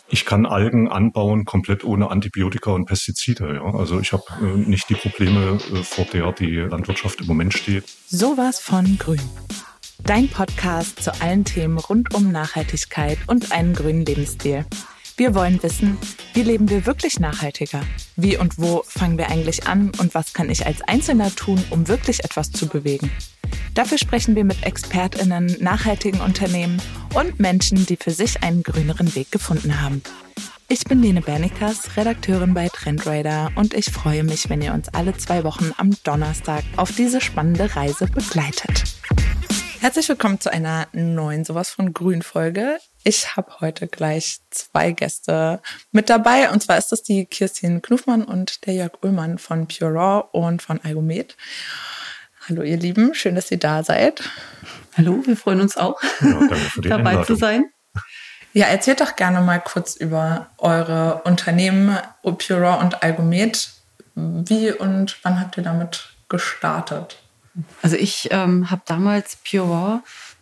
Ich kann Algen anbauen, komplett ohne Antibiotika und Pestizide. Ja? Also ich habe nicht die Probleme, vor der die Landwirtschaft im Moment steht. Sowas von grün. Dein Podcast zu allen Themen rund um Nachhaltigkeit und einen grünen Lebensstil. Wir wollen wissen, wie leben wir wirklich nachhaltiger? Wie und wo fangen wir eigentlich an und was kann ich als Einzelner tun, um wirklich etwas zu bewegen? Dafür sprechen wir mit ExpertInnen, nachhaltigen Unternehmen und Menschen, die für sich einen grüneren Weg gefunden haben. Ich bin Lene Bernikas, Redakteurin bei Trendradar und ich freue mich, wenn ihr uns alle 2 Wochen am Donnerstag auf diese spannende Reise begleitet. Herzlich willkommen zu einer neuen Sowas von Grün-Folge. Ich habe heute gleich 2 Gäste mit dabei. Und zwar ist das die Kirstin Knufmann und der Jörg Ullmann von Pure Raw und von Algomet. Hallo ihr Lieben, schön, dass ihr da seid. Hallo, wir freuen uns auch, dabei Einladung. zu sein. Ja, erzählt doch gerne mal kurz über eure Unternehmen Pure Raw und Algomet. Wie und wann habt ihr damit gestartet? Also ich habe damals Pure Raw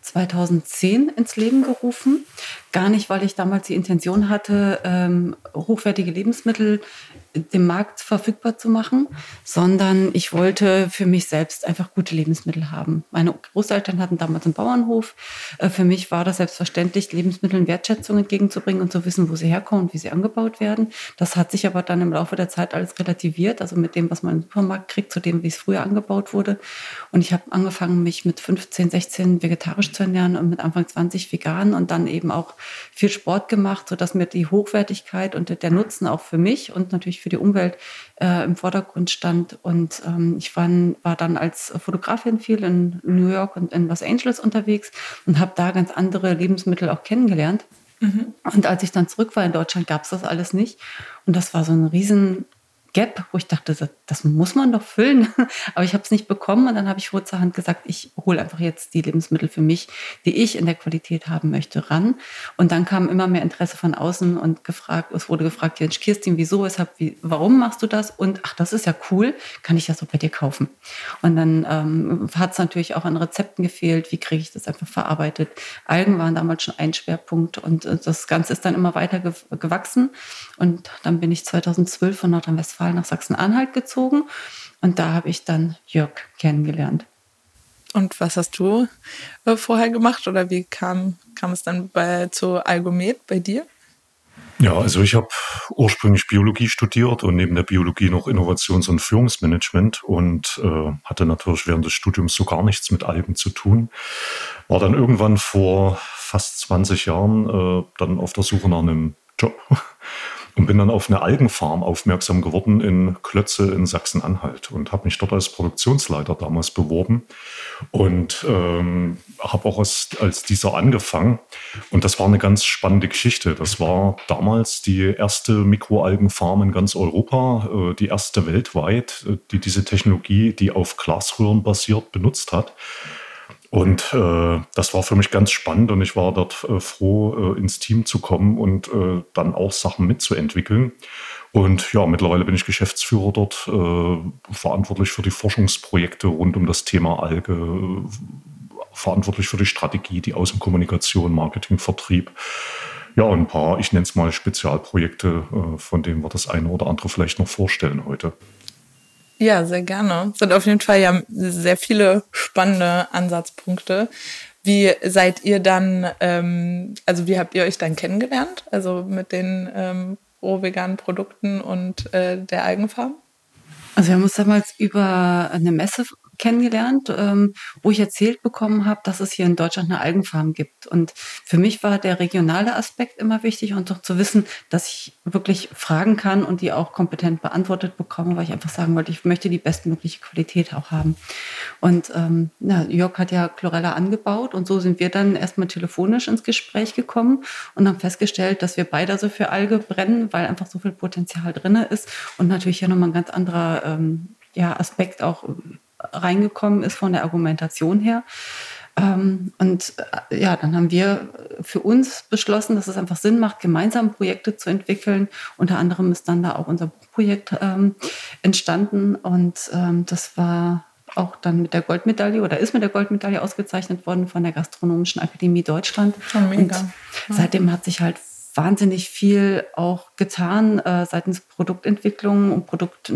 2010 ins Leben gerufen. Gar nicht, weil ich damals die Intention hatte, hochwertige Lebensmittel dem Markt verfügbar zu machen, sondern ich wollte für mich selbst einfach gute Lebensmittel haben. Meine Großeltern hatten damals einen Bauernhof. Für mich war das selbstverständlich, Lebensmitteln Wertschätzung entgegenzubringen und zu wissen, wo sie herkommen und wie sie angebaut werden. Das hat sich aber dann im Laufe der Zeit alles relativiert, also mit dem, was man im Supermarkt kriegt, zu dem, wie es früher angebaut wurde. Und ich habe angefangen, mich mit 15, 16 vegetarisch zu ernähren und mit Anfang 20 vegan und dann eben auch viel Sport gemacht, sodass mir die Hochwertigkeit und der Nutzen auch für mich und natürlich für die Umwelt im Vordergrund stand. Und ich war dann als Fotografin viel in New York und in Los Angeles unterwegs und habe da ganz andere Lebensmittel auch kennengelernt. Mhm. Und als ich dann zurück war in Deutschland, gab es das alles nicht. Und das war so ein riesen Gap, wo ich dachte, das muss man doch füllen. Aber ich habe es nicht bekommen und dann habe ich kurzerhand gesagt, ich hole einfach jetzt die Lebensmittel für mich, die ich in der Qualität haben möchte, ran. Und dann kam immer mehr Interesse von außen und es wurde gefragt, Mensch, Kirstin, wieso, weshalb, warum machst du das? Und ach, das ist ja cool, kann ich das so bei dir kaufen? Und dann hat es natürlich auch an Rezepten gefehlt, wie kriege ich das einfach verarbeitet? Algen waren damals schon ein Schwerpunkt und das Ganze ist dann immer weiter gewachsen. Und dann bin ich 2012 von Nordrhein-Westfalen nach Sachsen-Anhalt gezogen und da habe ich dann Jörg kennengelernt. Und was hast du vorher gemacht oder wie kam es dann zu Algomet bei dir? Ja, also ich habe ursprünglich Biologie studiert und neben der Biologie noch Innovations- und Führungsmanagement und hatte natürlich während des Studiums so gar nichts mit Algen zu tun. War dann irgendwann vor fast 20 Jahren dann auf der Suche nach einem Job und bin dann auf eine Algenfarm aufmerksam geworden in Klötze in Sachsen-Anhalt und habe mich dort als Produktionsleiter damals beworben und habe auch als dieser angefangen. Und das war eine ganz spannende Geschichte. Das war damals die erste Mikroalgenfarm in ganz Europa, die erste weltweit, die diese Technologie, die auf Glasröhren basiert, benutzt hat. Und das war für mich ganz spannend und ich war dort froh, ins Team zu kommen und dann auch Sachen mitzuentwickeln. Und ja, mittlerweile bin ich Geschäftsführer dort, verantwortlich für die Forschungsprojekte rund um das Thema Alge, verantwortlich für die Strategie, die Außenkommunikation, Marketing, Vertrieb. Ja, und ein paar, ich nenne es mal Spezialprojekte, von denen wir das eine oder andere vielleicht noch vorstellen heute. Ja, sehr gerne. Es sind auf jeden Fall ja sehr viele spannende Ansatzpunkte. Wie seid ihr dann, wie habt ihr euch dann kennengelernt? Also mit den rohveganen Produkten und der Algenfarm? Also wir haben uns damals über eine Messe kennengelernt, wo ich erzählt bekommen habe, dass es hier in Deutschland eine Algenfarm gibt. Und für mich war der regionale Aspekt immer wichtig und doch zu wissen, dass ich wirklich fragen kann und die auch kompetent beantwortet bekomme, weil ich einfach sagen wollte, ich möchte die bestmögliche Qualität auch haben. Und Jörg hat ja Chlorella angebaut und so sind wir dann erstmal telefonisch ins Gespräch gekommen und haben festgestellt, dass wir beide so für Alge brennen, weil einfach so viel Potenzial drin ist und natürlich ja nochmal ein ganz anderer Aspekt auch reingekommen ist von der Argumentation her. Dann haben wir für uns beschlossen, dass es einfach Sinn macht, gemeinsam Projekte zu entwickeln. Unter anderem ist dann da auch unser Buchprojekt entstanden und das war auch dann mit der Goldmedaille oder ist mit der Goldmedaille ausgezeichnet worden von der Gastronomischen Akademie Deutschland. Oh, mega. Und seitdem hat sich halt wahnsinnig viel auch getan seitens Produktentwicklung und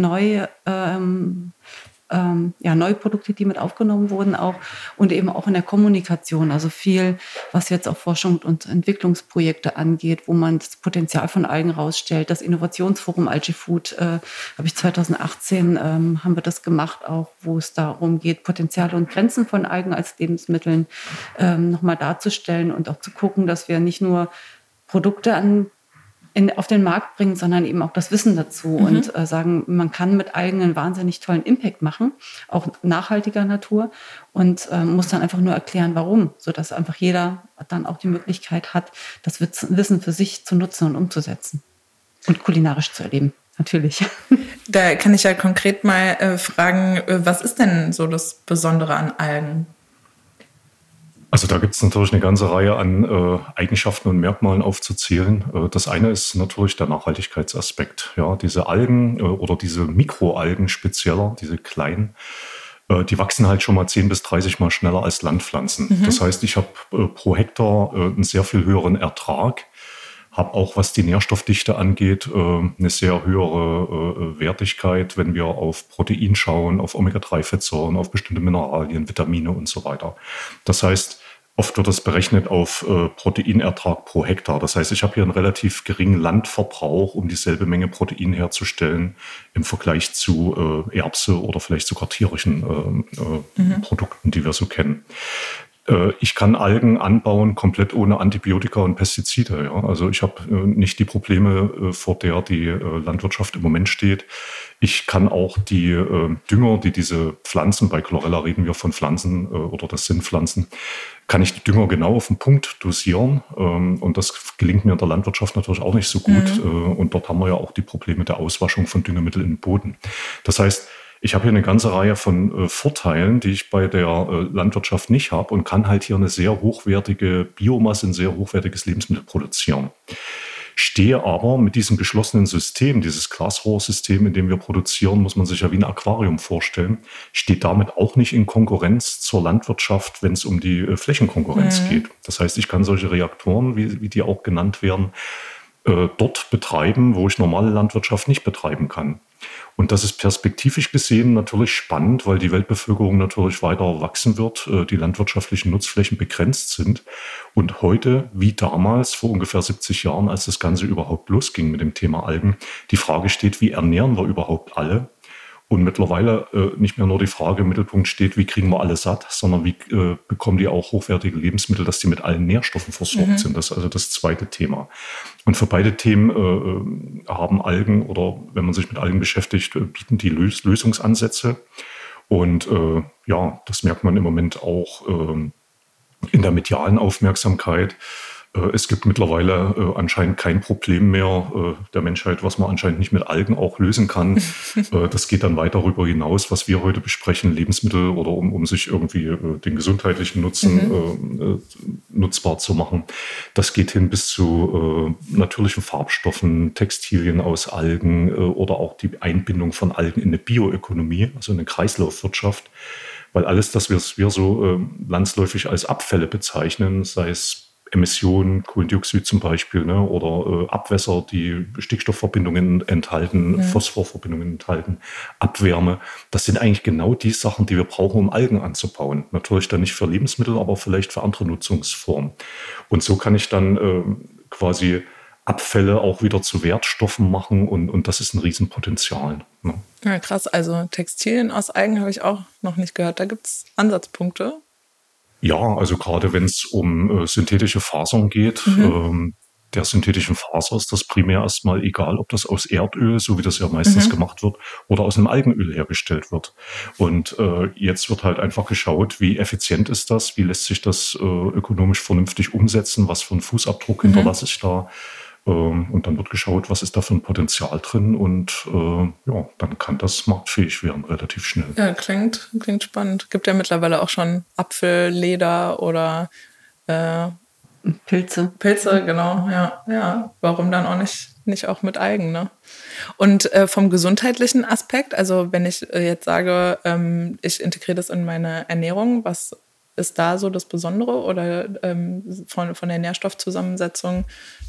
neue Produkte, die mit aufgenommen wurden auch und eben auch in der Kommunikation. Also viel, was jetzt auch Forschung und Entwicklungsprojekte angeht, wo man das Potenzial von Algen rausstellt. Das Innovationsforum Algae Food habe ich 2018 haben wir das gemacht, auch wo es darum geht, Potenziale und Grenzen von Algen als Lebensmitteln nochmal darzustellen und auch zu gucken, dass wir nicht nur Produkte auf den Markt bringen, sondern eben auch das Wissen dazu und sagen, man kann mit Algen einen wahnsinnig tollen Impact machen, auch nachhaltiger Natur und muss dann einfach nur erklären, warum, sodass einfach jeder dann auch die Möglichkeit hat, das Wissen für sich zu nutzen und umzusetzen und kulinarisch zu erleben, natürlich. Da kann ich ja konkret mal fragen, was ist denn so das Besondere an Algen? Also da gibt es natürlich eine ganze Reihe an Eigenschaften und Merkmalen aufzuzählen. Das eine ist natürlich der Nachhaltigkeitsaspekt. Ja, diese Algen oder diese Mikroalgen spezieller, diese kleinen, die wachsen halt schon mal 10 bis 30 Mal schneller als Landpflanzen. Das heißt, ich habe pro Hektar einen sehr viel höheren Ertrag, habe auch, was die Nährstoffdichte angeht, eine sehr höhere Wertigkeit, wenn wir auf Protein schauen, auf Omega-3-Fettsäuren, auf bestimmte Mineralien, Vitamine und so weiter. Das heißt, oft wird das berechnet auf Proteinertrag pro Hektar. Das heißt, ich habe hier einen relativ geringen Landverbrauch, um dieselbe Menge Protein herzustellen im Vergleich zu Erbse oder vielleicht sogar tierischen Produkten, die wir so kennen. Ich kann Algen anbauen komplett ohne Antibiotika und Pestizide. Ja. Also ich habe nicht die Probleme, vor der die Landwirtschaft im Moment steht. Ich kann auch die Dünger, die diese Pflanzen, bei Chlorella reden wir von Pflanzen oder das sind Pflanzen, kann ich die Dünger genau auf den Punkt dosieren. Und das gelingt mir in der Landwirtschaft natürlich auch nicht so gut. Und dort haben wir ja auch die Probleme der Auswaschung von Düngemitteln im Boden. Das heißt, ich habe hier eine ganze Reihe von Vorteilen, die ich bei der Landwirtschaft nicht habe und kann halt hier eine sehr hochwertige Biomasse, ein sehr hochwertiges Lebensmittel produzieren. Stehe aber mit diesem geschlossenen System, dieses Glasrohrsystem, in dem wir produzieren, muss man sich ja wie ein Aquarium vorstellen, steht damit auch nicht in Konkurrenz zur Landwirtschaft, wenn es um die Flächenkonkurrenz geht. Das heißt, ich kann solche Reaktoren, wie die auch genannt werden, dort betreiben, wo ich normale Landwirtschaft nicht betreiben kann. Und das ist perspektivisch gesehen natürlich spannend, weil die Weltbevölkerung natürlich weiter wachsen wird, die landwirtschaftlichen Nutzflächen begrenzt sind. Und heute, wie damals, vor ungefähr 70 Jahren, als das Ganze überhaupt losging mit dem Thema Algen, die Frage steht, wie ernähren wir überhaupt alle? Und mittlerweile nicht mehr nur die Frage im Mittelpunkt steht, wie kriegen wir alle satt, sondern wie bekommen die auch hochwertige Lebensmittel, dass die mit allen Nährstoffen versorgt sind. Das ist also das zweite Thema. Und für beide Themen haben Algen oder wenn man sich mit Algen beschäftigt, bieten die Lösungsansätze. Und das merkt man im Moment auch in der medialen Aufmerksamkeit. Es gibt mittlerweile anscheinend kein Problem mehr der Menschheit, was man anscheinend nicht mit Algen auch lösen kann. Das geht dann weit darüber hinaus, was wir heute besprechen, Lebensmittel oder um sich irgendwie den gesundheitlichen Nutzen nutzbar zu machen. Das geht hin bis zu natürlichen Farbstoffen, Textilien aus Algen oder auch die Einbindung von Algen in eine Bioökonomie, also in eine Kreislaufwirtschaft. Weil alles, das wir so landsläufig als Abfälle bezeichnen, sei es Emissionen, Kohlendioxid zum Beispiel, ne, oder Abwässer, die Stickstoffverbindungen enthalten, Phosphorverbindungen enthalten, Abwärme. Das sind eigentlich genau die Sachen, die wir brauchen, um Algen anzubauen. Natürlich dann nicht für Lebensmittel, aber vielleicht für andere Nutzungsformen. Und so kann ich dann quasi Abfälle auch wieder zu Wertstoffen machen und das ist ein Riesenpotenzial. Ne? Ja, krass. Also Textilien aus Algen habe ich auch noch nicht gehört. Da gibt es Ansatzpunkte. Ja, also gerade wenn es um synthetische Fasern geht, der synthetischen Faser ist das primär erstmal egal, ob das aus Erdöl, so wie das ja meistens gemacht wird, oder aus einem Algenöl hergestellt wird. Und jetzt wird halt einfach geschaut, wie effizient ist das, wie lässt sich das ökonomisch vernünftig umsetzen, was für einen Fußabdruck hinterlasse ich da. Und dann wird geschaut, was ist da für ein Potenzial drin und dann kann das marktfähig werden, relativ schnell. Ja, klingt spannend. Gibt ja mittlerweile auch schon Apfelleder oder Pilze. Pilze, genau, ja. Warum dann auch nicht auch mit Algen, ne? Und vom gesundheitlichen Aspekt, also wenn ich jetzt sage, ich integriere das in meine Ernährung, was ist da so das Besondere oder von der Nährstoffzusammensetzung,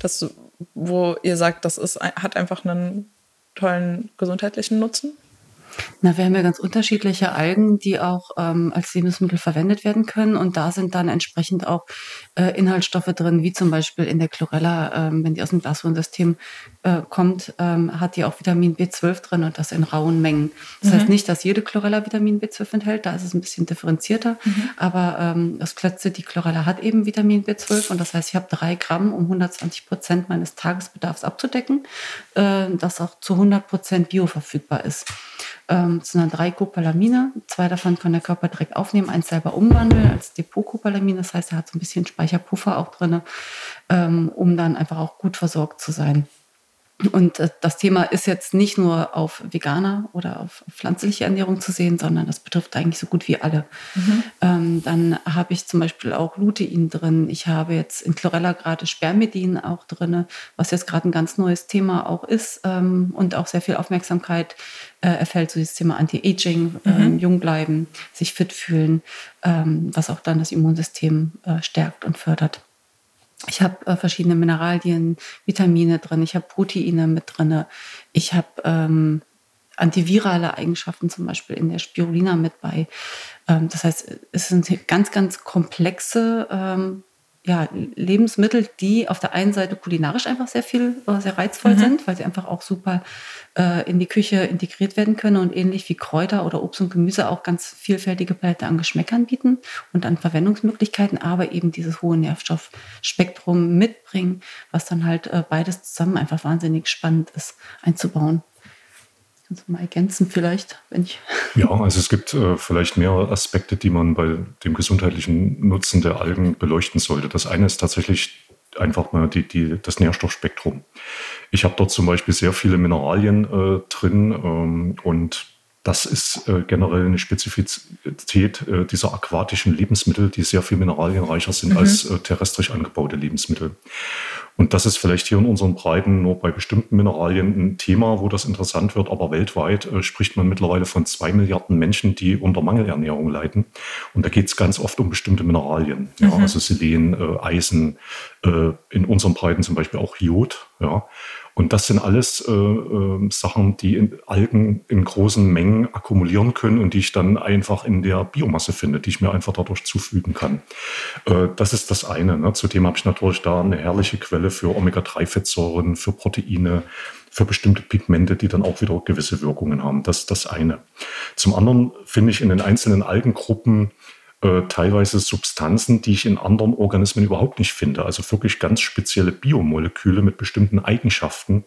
wo ihr sagt, hat einfach einen tollen gesundheitlichen Nutzen? Na, wir haben ja ganz unterschiedliche Algen, die auch als Lebensmittel verwendet werden können. Und da sind dann entsprechend auch Inhaltsstoffe drin, wie zum Beispiel in der Chlorella, wenn die aus dem Glaswurmsystem kommt, hat die auch Vitamin B12 drin und das in rauen Mengen. Das heißt nicht, dass jede Chlorella Vitamin B12 enthält, da ist es ein bisschen differenzierter. Aber das Klötze, die Chlorella hat eben Vitamin B12 und das heißt, ich habe 3 Gramm, um 120% meines Tagesbedarfs abzudecken, das auch zu 100% bioverfügbar ist. Es sind dann 3 Copolamine, 2 davon kann der Körper direkt aufnehmen, 1 selber umwandeln als Depot-Copolamin. Das heißt, er hat so ein bisschen Speicherpuffer auch drin, um dann einfach auch gut versorgt zu sein. Und das Thema ist jetzt nicht nur auf veganer oder auf pflanzliche Ernährung zu sehen, sondern das betrifft eigentlich so gut wie alle. Dann habe ich zum Beispiel auch Lutein drin. Ich habe jetzt in Chlorella gerade Spermidin auch drin, was jetzt gerade ein ganz neues Thema auch ist und auch sehr viel Aufmerksamkeit erfällt. So dieses Thema Anti-Aging, jung bleiben, sich fit fühlen, was auch dann das Immunsystem stärkt und fördert. Ich habe verschiedene Mineralien, Vitamine drin, ich habe Proteine mit drin, ich habe antivirale Eigenschaften zum Beispiel in der Spirulina mit bei. Das heißt, es sind ganz, ganz komplexe Lebensmittel, die auf der einen Seite kulinarisch einfach sehr reizvoll sind, weil sie einfach auch super in die Küche integriert werden können und ähnlich wie Kräuter oder Obst und Gemüse auch ganz vielfältige Palette an Geschmäckern bieten und an Verwendungsmöglichkeiten, aber eben dieses hohe Nährstoffspektrum mitbringen, was dann halt beides zusammen einfach wahnsinnig spannend ist einzubauen. Kannst du mal ergänzen vielleicht, wenn ich... Ja, also es gibt vielleicht mehrere Aspekte, die man bei dem gesundheitlichen Nutzen der Algen beleuchten sollte. Das eine ist tatsächlich einfach mal das Nährstoffspektrum. Ich habe dort zum Beispiel sehr viele Mineralien drin und das ist generell eine Spezifität dieser aquatischen Lebensmittel, die sehr viel mineralienreicher sind als terrestrisch angebaute Lebensmittel. Und das ist vielleicht hier in unseren Breiten nur bei bestimmten Mineralien ein Thema, wo das interessant wird. Aber weltweit spricht man mittlerweile von 2 Milliarden Menschen, die unter Mangelernährung leiden. Und da geht es ganz oft um bestimmte Mineralien. Ja, also Selen, Eisen, in unseren Breiten zum Beispiel auch Jod. Ja. Und das sind alles Sachen, die Algen in großen Mengen akkumulieren können und die ich dann einfach in der Biomasse finde, die ich mir einfach dadurch zufügen kann. Das ist das eine. Ne? Zudem habe ich natürlich da eine herrliche Quelle für Omega-3-Fettsäuren, für Proteine, für bestimmte Pigmente, die dann auch wieder gewisse Wirkungen haben. Das ist das eine. Zum anderen finde ich in den einzelnen Algengruppen teilweise Substanzen, die ich in anderen Organismen überhaupt nicht finde. Also wirklich ganz spezielle Biomoleküle mit bestimmten Eigenschaften,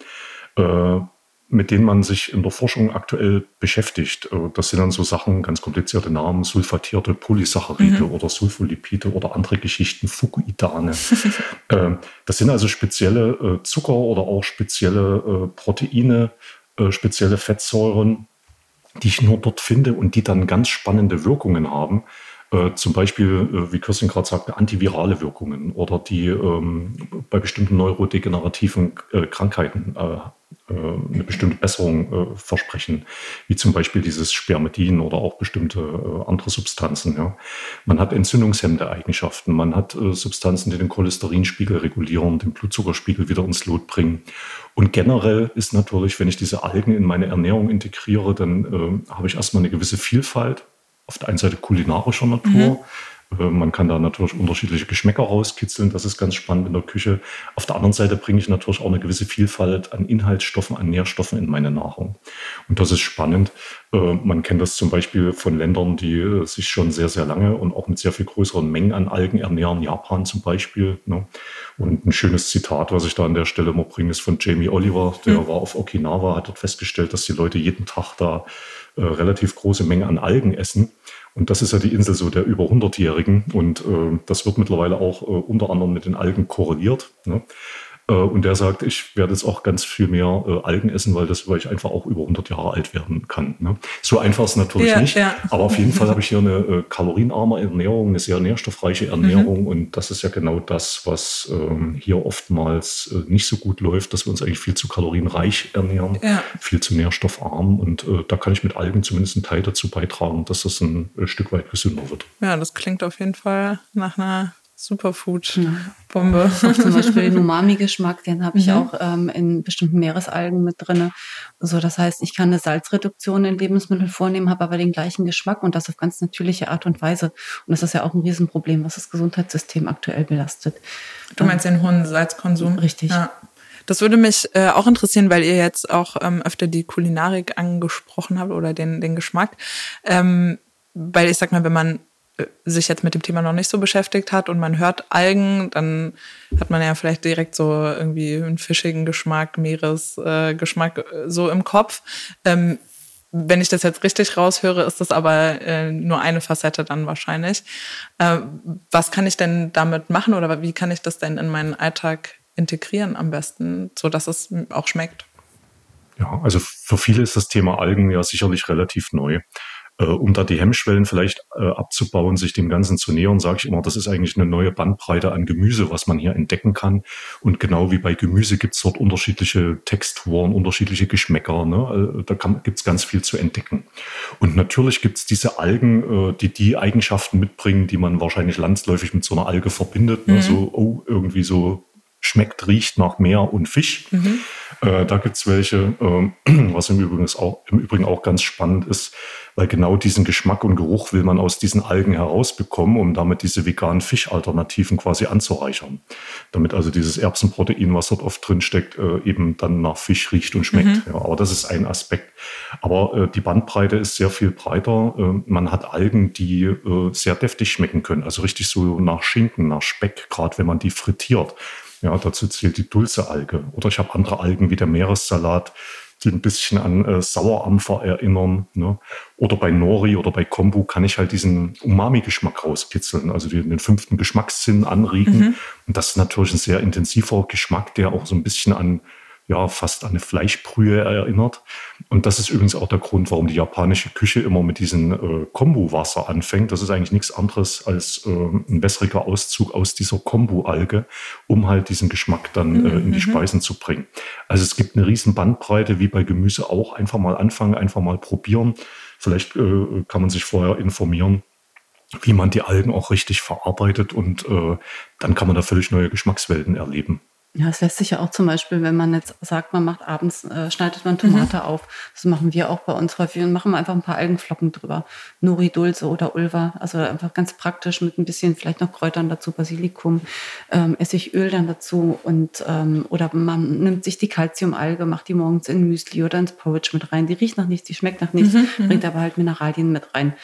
mit denen man sich in der Forschung aktuell beschäftigt. Das sind dann so Sachen, ganz komplizierte Namen, sulfatierte Polysaccharide oder Sulfolipide oder andere Geschichten, Fucoidane. Das sind also spezielle Zucker oder auch spezielle Proteine, spezielle Fettsäuren, die ich nur dort finde und die dann ganz spannende Wirkungen haben. Zum Beispiel, wie Kirsten gerade sagte, antivirale Wirkungen oder die bei bestimmten neurodegenerativen Krankheiten eine bestimmte Besserung versprechen, wie zum Beispiel dieses Spermidin oder auch bestimmte andere Substanzen. Ja. Man hat entzündungshemmende Eigenschaften, man hat Substanzen, die den Cholesterinspiegel regulieren, den Blutzuckerspiegel wieder ins Lot bringen. Und generell ist natürlich, wenn ich diese Algen in meine Ernährung integriere, dann habe ich erstmal eine gewisse Vielfalt. Auf der einen Seite kulinarischer Natur. Man kann da natürlich unterschiedliche Geschmäcker rauskitzeln. Das ist ganz spannend in der Küche. Auf der anderen Seite bringe ich natürlich auch eine gewisse Vielfalt an Inhaltsstoffen, an Nährstoffen in meine Nahrung. Und das ist spannend. Man kennt das zum Beispiel von Ländern, die sich schon sehr, sehr lange und auch mit sehr viel größeren Mengen an Algen ernähren. Japan zum Beispiel. Ne? Und ein schönes Zitat, was ich da an der Stelle mal bringe, ist von Jamie Oliver. Der war auf Okinawa, hat dort festgestellt, dass die Leute jeden Tag da relativ große Mengen an Algen essen. Und das ist ja die Insel so der über 100-Jährigen. Und das wird mittlerweile auch unter anderem mit den Algen korreliert. Ne? Und der sagt, ich werde jetzt auch ganz viel mehr Algen essen, weil ich einfach auch über 100 Jahre alt werden kann. Ne? So einfach ist es natürlich nicht. Ja. Aber auf jeden Fall habe ich hier eine kalorienarme Ernährung, eine sehr nährstoffreiche Ernährung. Und das ist ja genau das, was hier oftmals nicht so gut läuft, dass wir uns eigentlich viel zu kalorienreich ernähren, viel zu nährstoffarm. Und da kann ich mit Algen zumindest einen Teil dazu beitragen, dass das ein Stück weit gesünder wird. Ja, das klingt auf jeden Fall nach einer Superfood-Bombe. Auch zum Beispiel den Umami-Geschmack, den habe ich auch in bestimmten Meeresalgen mit drin. So, das heißt, ich kann eine Salzreduktion in Lebensmitteln vornehmen, habe aber den gleichen Geschmack und das auf ganz natürliche Art und Weise. Und das ist ja auch ein Riesenproblem, was das Gesundheitssystem aktuell belastet. Du meinst den hohen Salzkonsum? Richtig. Ja. Das würde mich auch interessieren, weil ihr jetzt auch öfter die Kulinarik angesprochen habt oder den Geschmack. Weil ich sag mal, wenn man sich jetzt mit dem Thema noch nicht so beschäftigt hat und man hört Algen, dann hat man ja vielleicht direkt so irgendwie einen fischigen Geschmack, Meeresgeschmack so im Kopf. Wenn ich das jetzt richtig raushöre, ist das aber nur eine Facette dann wahrscheinlich. Was kann ich denn damit machen oder wie kann ich das denn in meinen Alltag integrieren am besten, sodass es auch schmeckt? Ja, also für viele ist das Thema Algen ja sicherlich relativ neu. Um da die Hemmschwellen vielleicht abzubauen, sich dem Ganzen zu nähern, sage ich immer, das ist eigentlich eine neue Bandbreite an Gemüse, was man hier entdecken kann. Und genau wie bei Gemüse gibt es dort unterschiedliche Texturen, unterschiedliche Geschmäcker. Ne? Da gibt es ganz viel zu entdecken. Und natürlich gibt es diese Algen, die Eigenschaften mitbringen, die man wahrscheinlich landsläufig mit so einer Alge verbindet. Ne? So, irgendwie so schmeckt, riecht nach Meer und Fisch. Da gibt es welche, was im Übrigen auch ganz spannend ist, weil genau diesen Geschmack und Geruch will man aus diesen Algen herausbekommen, um damit diese veganen Fischalternativen quasi anzureichern. Damit also dieses Erbsenprotein, was dort oft drin steckt, eben dann nach Fisch riecht und schmeckt. Ja, aber das ist ein Aspekt. Aber die Bandbreite ist sehr viel breiter. Man hat Algen, die sehr deftig schmecken können, also richtig so nach Schinken, nach Speck, gerade wenn man die frittiert. Ja, dazu zählt die Dulce-Alge. Oder ich habe andere Algen wie der Meeressalat, die ein bisschen an Sauerampfer erinnern. Ne? Oder bei Nori oder bei Kombu kann ich halt diesen Umami-Geschmack rauskitzeln, also den 5. Geschmackssinn anregen. Und das ist natürlich ein sehr intensiver Geschmack, der auch so ein bisschen an fast an eine Fleischbrühe erinnert. Und das ist übrigens auch der Grund, warum die japanische Küche immer mit diesem Kombu-Wasser anfängt. Das ist eigentlich nichts anderes als ein wässriger Auszug aus dieser Kombu-Alge, um halt diesen Geschmack dann in die Speisen zu bringen. Also es gibt eine riesen Bandbreite, wie bei Gemüse auch. Einfach mal anfangen, einfach mal probieren. Vielleicht kann man sich vorher informieren, wie man die Algen auch richtig verarbeitet und dann kann man da völlig neue Geschmackswelten erleben. Ja, es lässt sich ja auch zum Beispiel, wenn man jetzt sagt, man macht abends, schneidet man Tomate auf. Das machen wir auch bei uns häufig und machen einfach ein paar Algenflocken drüber. Nori, Dulce oder Ulva. Also einfach ganz praktisch mit ein bisschen vielleicht noch Kräutern dazu, Basilikum, Essigöl dann dazu und oder man nimmt sich die Calciumalge, macht die morgens in Müsli oder ins Porridge mit rein. Die riecht nach nichts, die schmeckt nach nichts, bringt aber halt Mineralien mit rein.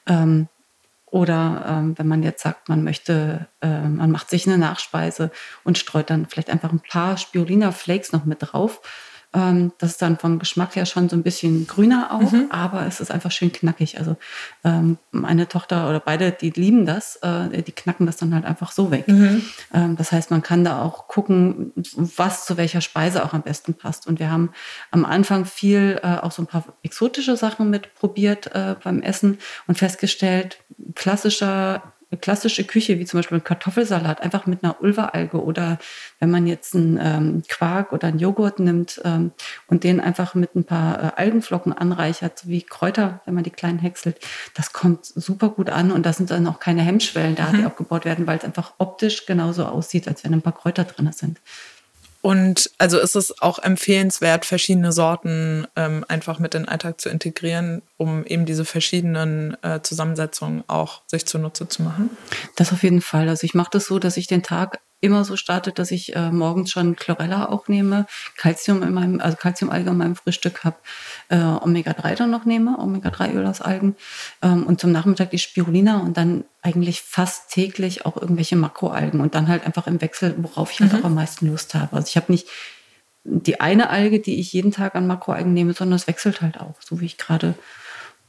Oder wenn man jetzt sagt, man macht sich eine Nachspeise und streut dann vielleicht einfach ein paar Spirulina-Flakes noch mit drauf. Das ist dann vom Geschmack her schon so ein bisschen grüner auch, aber es ist einfach schön knackig. Also meine Tochter oder beide, die lieben das, die knacken das dann halt einfach so weg. Das heißt, man kann da auch gucken, was zu welcher Speise auch am besten passt. Und wir haben am Anfang viel auch so ein paar exotische Sachen mit probiert beim Essen und festgestellt, klassische Küche, wie zum Beispiel ein Kartoffelsalat, einfach mit einer Ulva-Alge oder wenn man jetzt einen Quark oder einen Joghurt nimmt und den einfach mit ein paar Algenflocken anreichert, wie Kräuter, wenn man die kleinen häckselt, das kommt super gut an und da sind dann auch keine Hemmschwellen da, die abgebaut werden, weil es einfach optisch genauso aussieht, als wenn ein paar Kräuter drin sind. Und also ist es auch empfehlenswert, verschiedene Sorten einfach mit in den Alltag zu integrieren, um eben diese verschiedenen Zusammensetzungen auch sich zunutze zu machen? Das auf jeden Fall. Also ich mache das so, dass ich den Tag immer so starte, dass ich morgens schon Chlorella auch nehme, Calciumalge in meinem Frühstück habe, Omega-3 dann noch nehme, Omega-3-Öl aus Algen und zum Nachmittag die Spirulina und dann eigentlich fast täglich auch irgendwelche Makroalgen und dann halt einfach im Wechsel, worauf ich halt auch am meisten Lust habe. Also ich habe nicht die eine Alge, die ich jeden Tag an Makroalgen nehme, sondern es wechselt halt auch, so wie ich gerade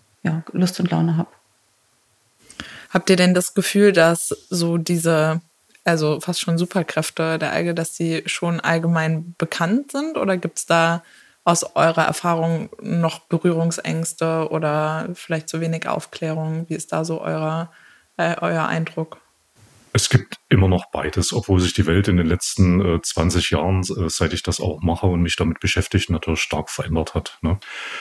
Lust und Laune habe. Habt ihr denn das Gefühl, dass so diese also fast schon Superkräfte der Alge, dass die schon allgemein bekannt sind? Oder gibt es da aus eurer Erfahrung noch Berührungsängste oder vielleicht zu wenig Aufklärung? Wie ist da so euer Eindruck? Es gibt immer noch beides, obwohl sich die Welt in den letzten 20 Jahren, seit ich das auch mache und mich damit beschäftige, natürlich stark verändert hat. Ne?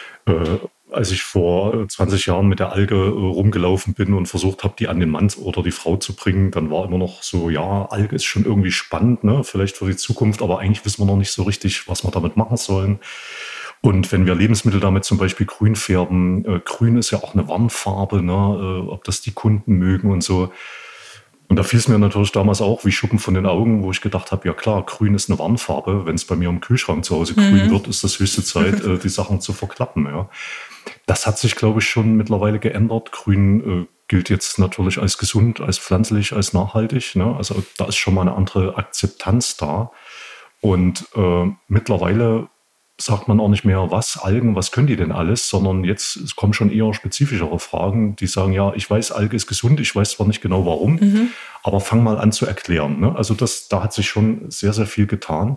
Als ich vor 20 Jahren mit der Alge rumgelaufen bin und versucht habe, die an den Mann oder die Frau zu bringen, dann war immer noch so, ja, Alge ist schon irgendwie spannend, ne? Vielleicht für die Zukunft, aber eigentlich wissen wir noch nicht so richtig, was wir damit machen sollen. Und wenn wir Lebensmittel damit zum Beispiel grün färben, grün ist ja auch eine Warnfarbe, ne? Ob das die Kunden mögen und so. Und da fiel es mir natürlich damals auch wie Schuppen von den Augen, wo ich gedacht habe, ja klar, grün ist eine Warnfarbe. Wenn es bei mir im Kühlschrank zu Hause grün wird, ist das höchste Zeit, die Sachen zu verklappen. Ja. Das hat sich, glaube ich, schon mittlerweile geändert. Grün gilt jetzt natürlich als gesund, als pflanzlich, als nachhaltig. Ne? Also da ist schon mal eine andere Akzeptanz da. Und mittlerweile sagt man auch nicht mehr, was Algen, was können die denn alles, sondern jetzt kommen schon eher spezifischere Fragen, die sagen, ja, ich weiß, Alge ist gesund, ich weiß zwar nicht genau warum, aber fang mal an zu erklären. Ne? Also da hat sich schon sehr, sehr viel getan.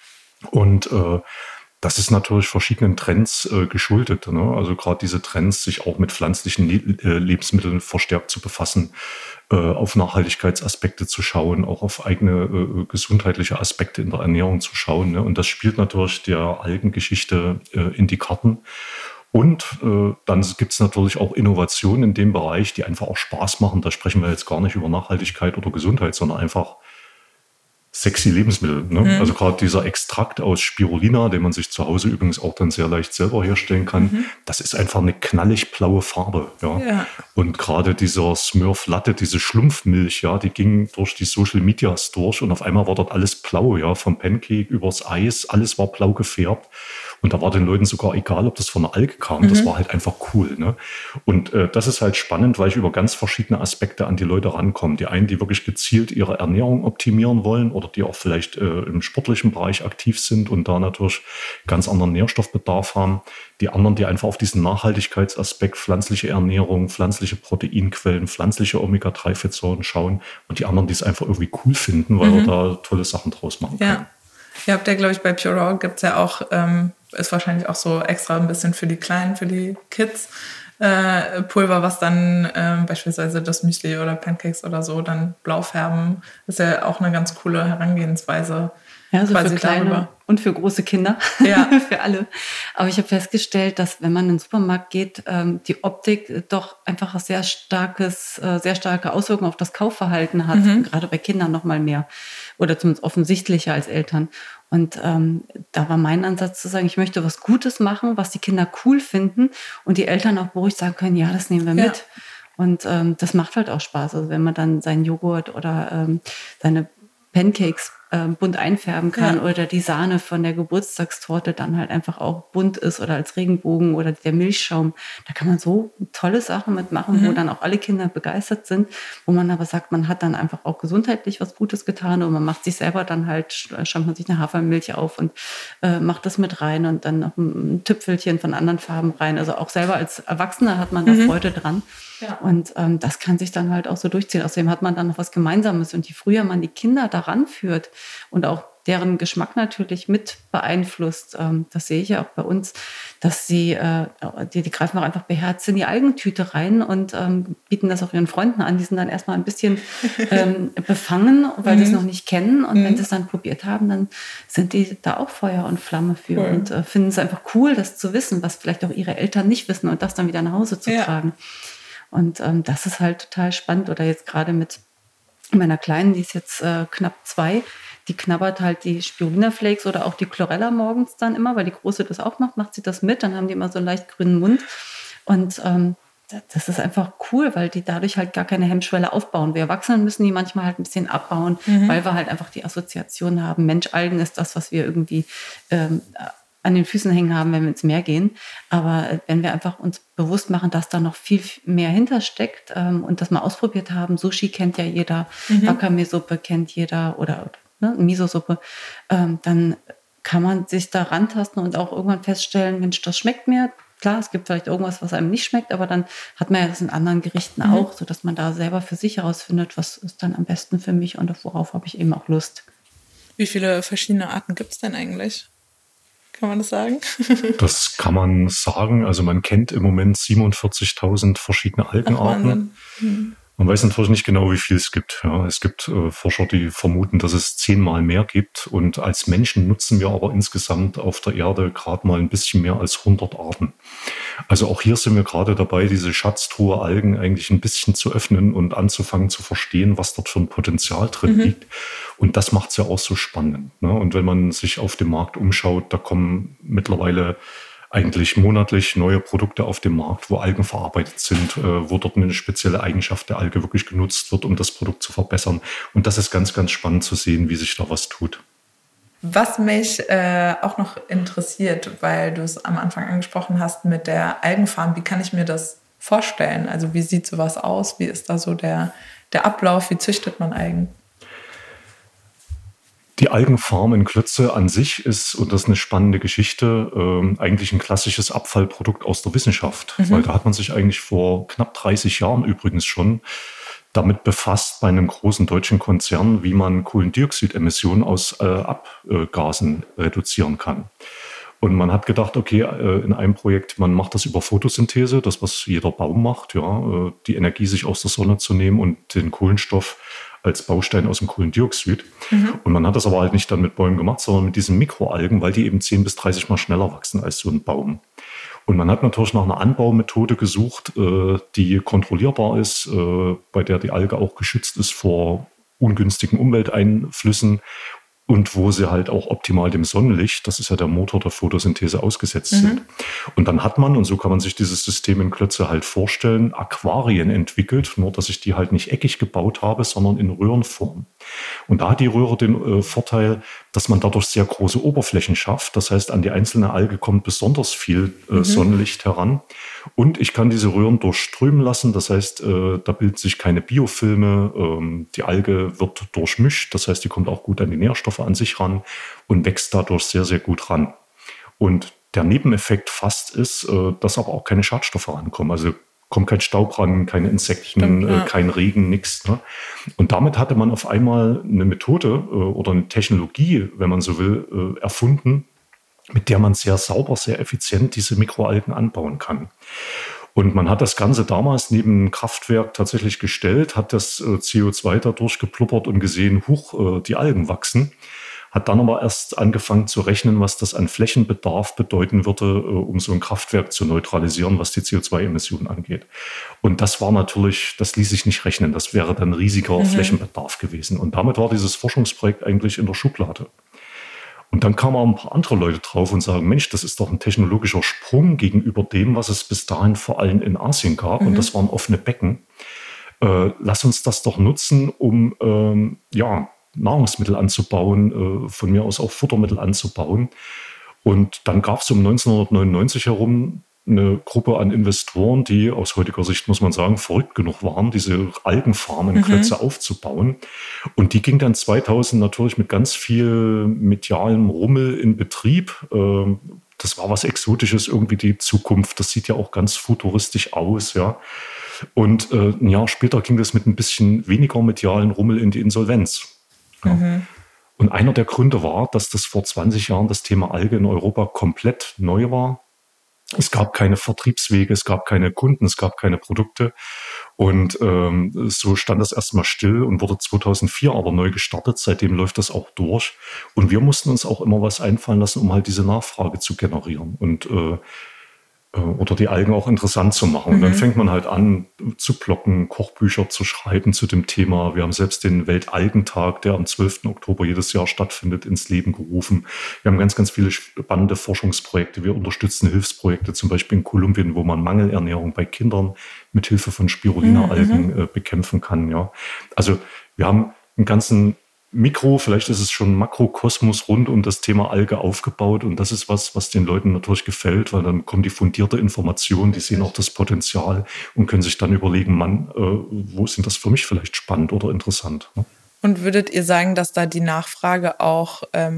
Und das ist natürlich verschiedenen Trends geschuldet. Ne? Also gerade diese Trends, sich auch mit pflanzlichen Lebensmitteln verstärkt zu befassen, auf Nachhaltigkeitsaspekte zu schauen, auch auf eigene gesundheitliche Aspekte in der Ernährung zu schauen. Ne? Und das spielt natürlich der Algengeschichte in die Karten. Und dann gibt es natürlich auch Innovationen in dem Bereich, die einfach auch Spaß machen. Da sprechen wir jetzt gar nicht über Nachhaltigkeit oder Gesundheit, sondern einfach sexy Lebensmittel. Ne? Also gerade dieser Extrakt aus Spirulina, den man sich zu Hause übrigens auch dann sehr leicht selber herstellen kann, das ist einfach eine knallig blaue Farbe. Ja? Ja. Und gerade dieser Smurf Latte, diese Schlumpfmilch, ja, die ging durch die Social Medias durch und auf einmal war dort alles blau, ja, vom Pancake übers Eis, alles war blau gefärbt. Und da war den Leuten sogar egal, ob das von einer Alge kam. Das war halt einfach cool. Ne? Und das ist halt spannend, weil ich über ganz verschiedene Aspekte an die Leute rankomme. Die einen, die wirklich gezielt ihre Ernährung optimieren wollen oder die auch vielleicht im sportlichen Bereich aktiv sind und da natürlich ganz anderen Nährstoffbedarf haben. Die anderen, die einfach auf diesen Nachhaltigkeitsaspekt, pflanzliche Ernährung, pflanzliche Proteinquellen, pflanzliche Omega-3-Fettsäuren schauen. Und die anderen, die es einfach irgendwie cool finden, weil wir da tolle Sachen draus machen können. Ja. Ihr habt ja, glaube ich, bei Pure Raw gibt es ja auch, ist wahrscheinlich auch so extra ein bisschen für die Kleinen, für die Kids, Pulver, was dann beispielsweise das Müsli oder Pancakes oder so dann blau färben. Das ist ja auch eine ganz coole Herangehensweise. Ja, so für kleine und für große Kinder, ja. Für alle. Aber ich habe festgestellt, dass wenn man in den Supermarkt geht, die Optik doch einfach sehr starke Auswirkungen auf das Kaufverhalten hat, gerade bei Kindern noch mal mehr oder zumindest offensichtlicher als Eltern. Und da war mein Ansatz zu sagen, ich möchte was Gutes machen, was die Kinder cool finden und die Eltern auch beruhigt sagen können, ja, das nehmen wir mit. Und das macht halt auch Spaß. Also wenn man dann seinen Joghurt oder seine Pancakes bunt einfärben kann oder die Sahne von der Geburtstagstorte dann halt einfach auch bunt ist oder als Regenbogen oder der Milchschaum. Da kann man so tolle Sachen mitmachen, wo dann auch alle Kinder begeistert sind, wo man aber sagt, man hat dann einfach auch gesundheitlich was Gutes getan und man macht sich selber dann halt, schäumt man sich eine Hafermilch auf und macht das mit rein und dann noch ein Tüpfelchen von anderen Farben rein. Also auch selber als Erwachsener hat man da Freude dran. Ja. Und das kann sich dann halt auch so durchziehen. Außerdem hat man dann noch was Gemeinsames. Und je früher man die Kinder daran führt und auch deren Geschmack natürlich mit beeinflusst, das sehe ich ja auch bei uns, dass die greifen auch einfach beherzt in die Algentüte rein und bieten das auch ihren Freunden an. Die sind dann erstmal ein bisschen befangen, weil sie es noch nicht kennen. Und wenn sie es dann probiert haben, dann sind die da auch Feuer und Flamme für und finden es einfach cool, das zu wissen, was vielleicht auch ihre Eltern nicht wissen und das dann wieder nach Hause zu tragen. Und das ist halt total spannend. Oder jetzt gerade mit meiner Kleinen, die ist jetzt knapp 2, die knabbert halt die Spirulina-Flakes oder auch die Chlorella morgens dann immer, weil die Große das auch macht sie das mit. Dann haben die immer so einen leicht grünen Mund. Und das ist einfach cool, weil die dadurch halt gar keine Hemmschwelle aufbauen. Wir Erwachsenen müssen die manchmal halt ein bisschen abbauen, weil wir halt einfach die Assoziation haben, Mensch, Algen ist das, was wir irgendwie an den Füßen hängen haben, wenn wir ins Meer gehen. Aber wenn wir einfach uns bewusst machen, dass da noch viel mehr hintersteckt und das mal ausprobiert haben, Sushi kennt ja jeder, Wakame-Suppe kennt jeder oder Miso-Suppe, dann kann man sich da rantasten und auch irgendwann feststellen, Mensch, das schmeckt mir, Klar, es gibt vielleicht irgendwas, was einem nicht schmeckt, aber dann hat man ja das in anderen Gerichten auch, sodass man da selber für sich herausfindet, was ist dann am besten für mich und worauf habe ich eben auch Lust. Wie viele verschiedene Arten gibt es denn eigentlich? Kann man das sagen? Das kann man sagen. Also man kennt im Moment 47.000 verschiedene Algenarten. Man weiß natürlich nicht genau, wie viel es gibt. Ja, es gibt Forscher, die vermuten, dass es 10-mal mehr gibt. Und als Menschen nutzen wir aber insgesamt auf der Erde gerade mal ein bisschen mehr als 100 Arten. Also auch hier sind wir gerade dabei, diese Schatztruhe Algen eigentlich ein bisschen zu öffnen und anzufangen zu verstehen, was dort für ein Potenzial drin liegt. Und das macht es ja auch so spannend. Ne? Und wenn man sich auf dem Markt umschaut, da kommen mittlerweile eigentlich monatlich neue Produkte auf den Markt, wo Algen verarbeitet sind, wo dort eine spezielle Eigenschaft der Alge wirklich genutzt wird, um das Produkt zu verbessern. Und das ist ganz, ganz spannend zu sehen, wie sich da was tut. Was mich auch noch interessiert, weil du es am Anfang angesprochen hast mit der Algenfarm, wie kann ich mir das vorstellen? Also wie sieht sowas aus? Wie ist da so der Ablauf? Wie züchtet man Algen? Die Algenfarm in Klötze an sich ist, und das ist eine spannende Geschichte, eigentlich ein klassisches Abfallprodukt aus der Wissenschaft. Weil da hat man sich eigentlich vor knapp 30 Jahren übrigens schon damit befasst, bei einem großen deutschen Konzern, wie man Kohlendioxidemissionen aus Abgasen reduzieren kann. Und man hat gedacht, okay, in einem Projekt, man macht das über Photosynthese, das, was jeder Baum macht, ja, die Energie sich aus der Sonne zu nehmen und den Kohlenstoff als Baustein aus dem Kohlendioxid. Und man hat das aber halt nicht dann mit Bäumen gemacht, sondern mit diesen Mikroalgen, weil die eben 10 bis 30 Mal schneller wachsen als so ein Baum. Und man hat natürlich nach einer Anbaumethode gesucht, die kontrollierbar ist, bei der die Alge auch geschützt ist vor ungünstigen Umwelteinflüssen und wo sie halt auch optimal dem Sonnenlicht, das ist ja der Motor der Photosynthese, ausgesetzt sind. Und dann hat man, und so kann man sich dieses System in Klötze halt vorstellen, Aquarien entwickelt, nur dass ich die halt nicht eckig gebaut habe, sondern in Röhrenform. Und da hat die Röhre den Vorteil, dass man dadurch sehr große Oberflächen schafft. Das heißt, an die einzelne Alge kommt besonders viel Sonnenlicht heran. Und ich kann diese Röhren durchströmen lassen. Das heißt, da bilden sich keine Biofilme. Die Alge wird durchmischt. Das heißt, die kommt auch gut an die Nährstoffe an sich ran und wächst dadurch sehr, sehr gut ran. Und der Nebeneffekt fast ist, dass aber auch keine Schadstoffe rankommen. Also kommt kein Staub ran, keine Insekten, kein Regen, nichts. Ne? Und damit hatte man auf einmal eine Methode oder eine Technologie, wenn man so will, erfunden, mit der man sehr sauber, sehr effizient diese Mikroalgen anbauen kann. Und man hat das Ganze damals neben ein Kraftwerk tatsächlich gestellt, hat das CO2 da durchgepluppert und gesehen, die Algen wachsen. Hat dann aber erst angefangen zu rechnen, was das an Flächenbedarf bedeuten würde, um so ein Kraftwerk zu neutralisieren, was die CO2-Emissionen angeht. Und das war natürlich, das ließ sich nicht rechnen. Das wäre dann riesiger Flächenbedarf gewesen. Und damit war dieses Forschungsprojekt eigentlich in der Schublade. Und dann kamen auch ein paar andere Leute drauf und sagen, Mensch, das ist doch ein technologischer Sprung gegenüber dem, was es bis dahin vor allem in Asien gab. Und das waren offene Becken. Lass uns das doch nutzen, um Nahrungsmittel anzubauen, von mir aus auch Futtermittel anzubauen. Und dann gab es um 1999 herum eine Gruppe an Investoren, die aus heutiger Sicht, muss man sagen, verrückt genug waren, diese Algenfarm in Klötze aufzubauen. Und die ging dann 2000 natürlich mit ganz viel medialem Rummel in Betrieb. Das war was Exotisches, irgendwie die Zukunft. Das sieht ja auch ganz futuristisch aus, ja. Und ein Jahr später ging das mit ein bisschen weniger medialen Rummel in die Insolvenz. Ja. Und einer der Gründe war, dass das vor 20 Jahren das Thema Alge in Europa komplett neu war. Es gab keine Vertriebswege, es gab keine Kunden, es gab keine Produkte. Und so stand das erstmal still und wurde 2004 aber neu gestartet. Seitdem läuft das auch durch. Und wir mussten uns auch immer was einfallen lassen, um halt diese Nachfrage zu generieren und oder die Algen auch interessant zu machen. Und dann fängt man halt an zu bloggen, Kochbücher zu schreiben zu dem Thema. Wir haben selbst den Weltalgentag, der am 12. Oktober jedes Jahr stattfindet, ins Leben gerufen. Wir haben ganz, ganz viele spannende Forschungsprojekte. Wir unterstützen Hilfsprojekte, zum Beispiel in Kolumbien, wo man Mangelernährung bei Kindern mit Hilfe von Spirulina-Algen bekämpfen kann. Ja. Also wir haben einen ganzen vielleicht ist es schon Makrokosmos rund um das Thema Alge aufgebaut. Und das ist was den Leuten natürlich gefällt, weil dann kommt die fundierte Information, die sehen auch das Potenzial und können sich dann überlegen, wo sind das für mich vielleicht spannend oder interessant. Ne? Und würdet ihr sagen, dass da die Nachfrage auch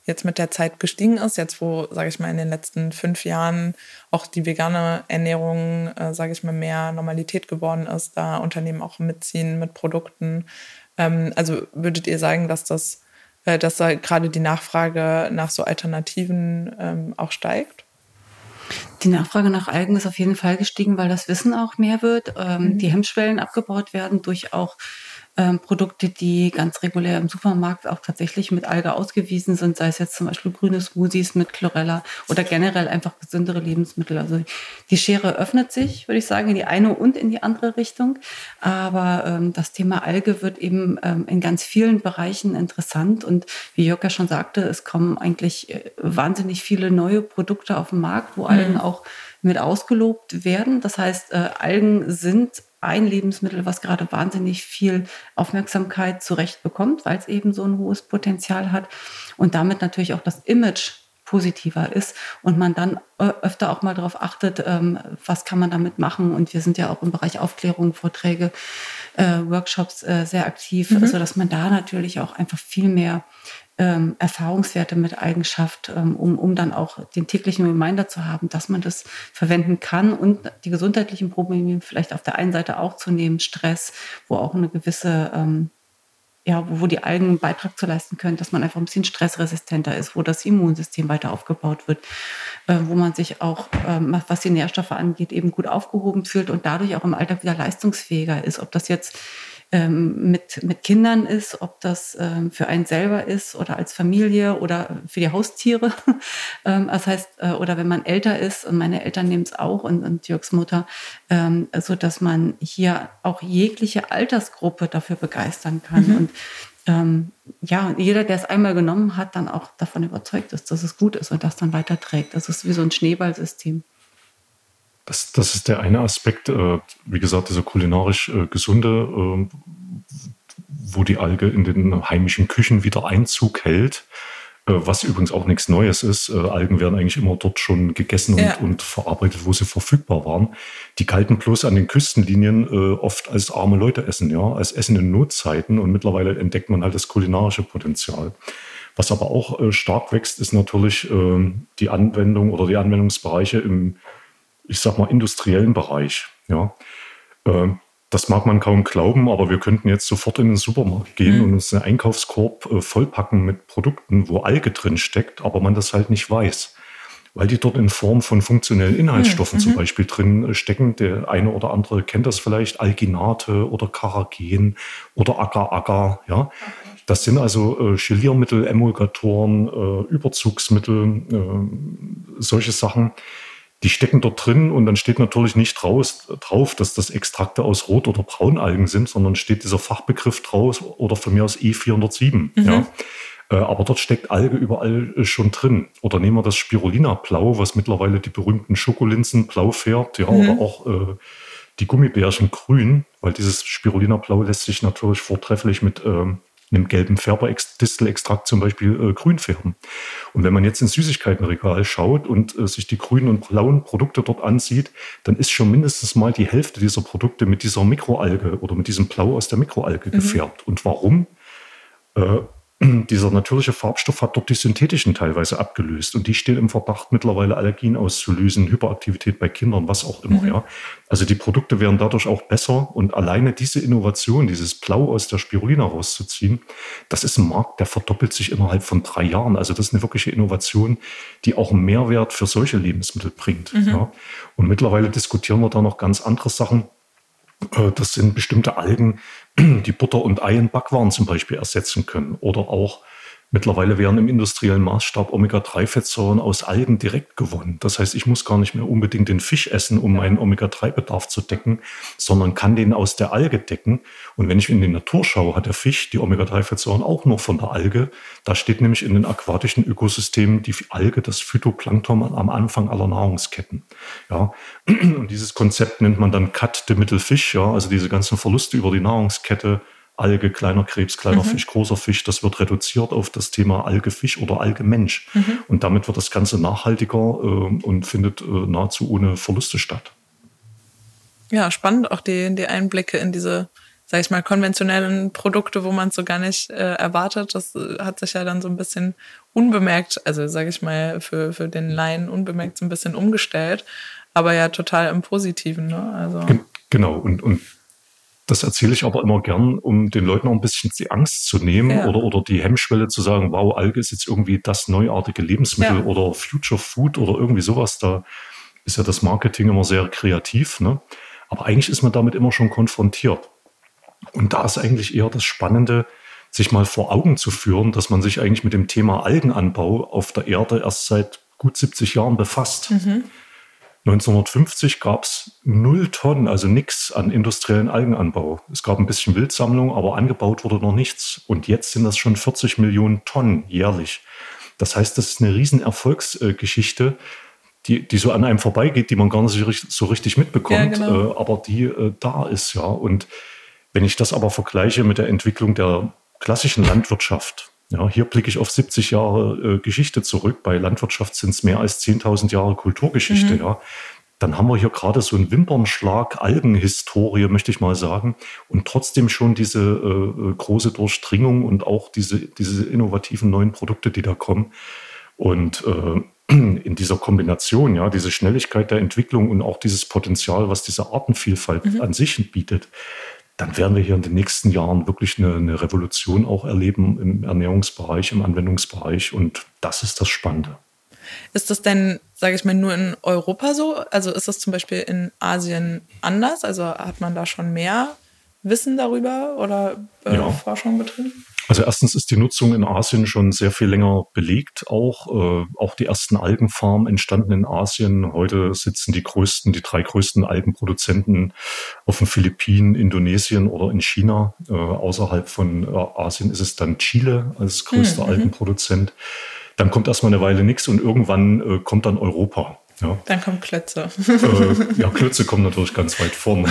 jetzt mit der Zeit gestiegen ist, jetzt wo, sage ich mal, in den letzten 5 Jahren auch die vegane Ernährung, sage ich mal, mehr Normalität geworden ist, da Unternehmen auch mitziehen mit Produkten. Also würdet ihr sagen, dass da gerade die Nachfrage nach so Alternativen auch steigt? Die Nachfrage nach Algen ist auf jeden Fall gestiegen, weil das Wissen auch mehr wird. Die Hemmschwellen abgebaut werden durch auch Produkte, die ganz regulär im Supermarkt auch tatsächlich mit Alge ausgewiesen sind, sei es jetzt zum Beispiel grüne Smoothies mit Chlorella oder generell einfach gesündere Lebensmittel. Also die Schere öffnet sich, würde ich sagen, in die eine und in die andere Richtung. Aber das Thema Alge wird eben in ganz vielen Bereichen interessant. Und wie Jörg ja schon sagte, es kommen eigentlich wahnsinnig viele neue Produkte auf den Markt, wo Algen auch mit ausgelobt werden. Das heißt, Algen sind ein Lebensmittel, was gerade wahnsinnig viel Aufmerksamkeit zurecht bekommt, weil es eben so ein hohes Potenzial hat und damit natürlich auch das Image positiver ist und man dann öfter auch mal darauf achtet, was kann man damit machen. Und wir sind ja auch im Bereich Aufklärung, Vorträge, Workshops sehr aktiv, sodass man da natürlich auch einfach viel mehr Erfahrungswerte mit Algen schafft, um dann auch den täglichen Reminder zu haben, dass man das verwenden kann und die gesundheitlichen Probleme vielleicht auf der einen Seite auch zu nehmen, Stress, wo auch eine gewisse, wo die Algen einen Beitrag zu leisten können, dass man einfach ein bisschen stressresistenter ist, wo das Immunsystem weiter aufgebaut wird, wo man sich auch, was die Nährstoffe angeht, eben gut aufgehoben fühlt und dadurch auch im Alltag wieder leistungsfähiger ist, ob das jetzt mit Kindern ist, ob das für einen selber ist oder als Familie oder für die Haustiere. Das heißt, oder wenn man älter ist, und meine Eltern nehmen es auch und Jörgs Mutter, so dass man hier auch jegliche Altersgruppe dafür begeistern kann. Und jeder, der es einmal genommen hat, dann auch davon überzeugt ist, dass es gut ist und das dann weiterträgt. Das ist wie so ein Schneeballsystem. Das ist der eine Aspekt, wie gesagt, dieser kulinarisch gesunde, wo die Alge in den heimischen Küchen wieder Einzug hält, was übrigens auch nichts Neues ist. Algen werden eigentlich immer dort schon gegessen und verarbeitet, wo sie verfügbar waren. Die galten bloß an den Küstenlinien oft als arme Leute essen, ja, als Essen in Notzeiten, und mittlerweile entdeckt man halt das kulinarische Potenzial. Was aber auch stark wächst, ist natürlich die Anwendung oder die Anwendungsbereiche im, ich sag mal, industriellen Bereich. Ja. Das mag man kaum glauben, aber wir könnten jetzt sofort in den Supermarkt gehen und uns einen Einkaufskorb vollpacken mit Produkten, wo Alge drin steckt, aber man das halt nicht weiß. Weil die dort in Form von funktionellen Inhaltsstoffen zum Beispiel drin stecken. Der eine oder andere kennt das vielleicht, Alginate oder Carrageen oder Agar-Agar. Ja. Das sind also Geliermittel, Emulgatoren, Überzugsmittel, solche Sachen. Die stecken dort drin und dann steht natürlich nicht drauf, dass das Extrakte aus Rot- oder Braunalgen sind, sondern steht dieser Fachbegriff draus oder von mir aus E407. Ja. Aber dort steckt Alge überall schon drin. Oder nehmen wir das Spirulina-Blau, was mittlerweile die berühmten Schokolinsen blau färbt, ja, oder auch die Gummibärchen grün, weil dieses Spirulina-Blau lässt sich natürlich vortrefflich mit einem gelben Färber-Distelextrakt zum Beispiel grün färben. Und wenn man jetzt ins Süßigkeitenregal schaut und sich die grünen und blauen Produkte dort ansieht, dann ist schon mindestens mal die Hälfte dieser Produkte mit dieser Mikroalge oder mit diesem Blau aus der Mikroalge gefärbt. Und warum? Dieser natürliche Farbstoff hat dort die synthetischen teilweise abgelöst und die stehen im Verdacht, mittlerweile Allergien auszulösen, Hyperaktivität bei Kindern, was auch immer. Ja. Also die Produkte werden dadurch auch besser und alleine diese Innovation, dieses Blau aus der Spirulina rauszuziehen, das ist ein Markt, der verdoppelt sich innerhalb von 3 Jahren. Also das ist eine wirkliche Innovation, die auch einen Mehrwert für solche Lebensmittel bringt. Ja. Und mittlerweile diskutieren wir da noch ganz andere Sachen. Das sind bestimmte Algen, die Butter und Ei in Backwaren zum Beispiel ersetzen können. Oder auch mittlerweile werden im industriellen Maßstab Omega-3-Fettsäuren aus Algen direkt gewonnen. Das heißt, ich muss gar nicht mehr unbedingt den Fisch essen, um meinen Omega-3-Bedarf zu decken, sondern kann den aus der Alge decken. Und wenn ich in die Natur schaue, hat der Fisch die Omega-3-Fettsäuren auch nur von der Alge. Da steht nämlich in den aquatischen Ökosystemen die Alge, das Phytoplankton, am Anfang aller Nahrungsketten. Ja. Und dieses Konzept nennt man dann Cut the Middle Fish, ja, also diese ganzen Verluste über die Nahrungskette, Alge, kleiner Krebs, kleiner Fisch, großer Fisch, das wird reduziert auf das Thema Alge-Fisch oder Alge-Mensch. Und damit wird das Ganze nachhaltiger und findet nahezu ohne Verluste statt. Ja, spannend auch die Einblicke in diese sag ich mal, konventionellen Produkte, wo man es so gar nicht erwartet. Das hat sich ja dann so ein bisschen unbemerkt, also sage ich mal, für den Laien unbemerkt so ein bisschen umgestellt, aber ja total im Positiven. Ne? Also. Genau, und das erzähle ich aber immer gern, um den Leuten auch ein bisschen die Angst zu nehmen oder die Hemmschwelle zu sagen, wow, Alge ist jetzt irgendwie das neuartige Lebensmittel oder Future Food oder irgendwie sowas. Da ist ja das Marketing immer sehr kreativ, ne? Aber eigentlich ist man damit immer schon konfrontiert. Und da ist eigentlich eher das Spannende, sich mal vor Augen zu führen, dass man sich eigentlich mit dem Thema Algenanbau auf der Erde erst seit gut 70 Jahren befasst. 1950 gab es 0 Tonnen, also nichts an industriellen Algenanbau. Es gab ein bisschen Wildsammlung, aber angebaut wurde noch nichts. Und jetzt sind das schon 40 Millionen Tonnen jährlich. Das heißt, das ist eine riesen Erfolgsgeschichte, die so an einem vorbeigeht, die man gar nicht so richtig mitbekommt, aber die da ist, ja. Und wenn ich das aber vergleiche mit der Entwicklung der klassischen Landwirtschaft, ja, hier blicke ich auf 70 Jahre Geschichte zurück. Bei Landwirtschaft sind es mehr als 10.000 Jahre Kulturgeschichte, ja. Dann haben wir hier gerade so einen Wimpernschlag Algenhistorie, möchte ich mal sagen, und trotzdem schon diese große Durchdringung und auch diese innovativen neuen Produkte, die da kommen. Und in dieser Kombination, ja, diese Schnelligkeit der Entwicklung und auch dieses Potenzial, was diese Artenvielfalt an sich bietet, dann werden wir hier in den nächsten Jahren wirklich eine Revolution auch erleben im Ernährungsbereich, im Anwendungsbereich. Und das ist das Spannende. Ist das denn, sage ich mal, nur in Europa so? Also ist das zum Beispiel in Asien anders? Also hat man da schon mehr Wissen darüber oder Forschung betrieben? Also erstens ist die Nutzung in Asien schon sehr viel länger belegt. Auch die ersten Algenfarmen entstanden in Asien. Heute sitzen die 3 größten Algenproduzenten auf den Philippinen, Indonesien oder in China. Außerhalb von Asien ist es dann Chile als größter Algenproduzent. Dann kommt erstmal eine Weile nichts und irgendwann kommt dann Europa. Ja. Dann kommt Klötze. Klötze kommen natürlich ganz weit vorne.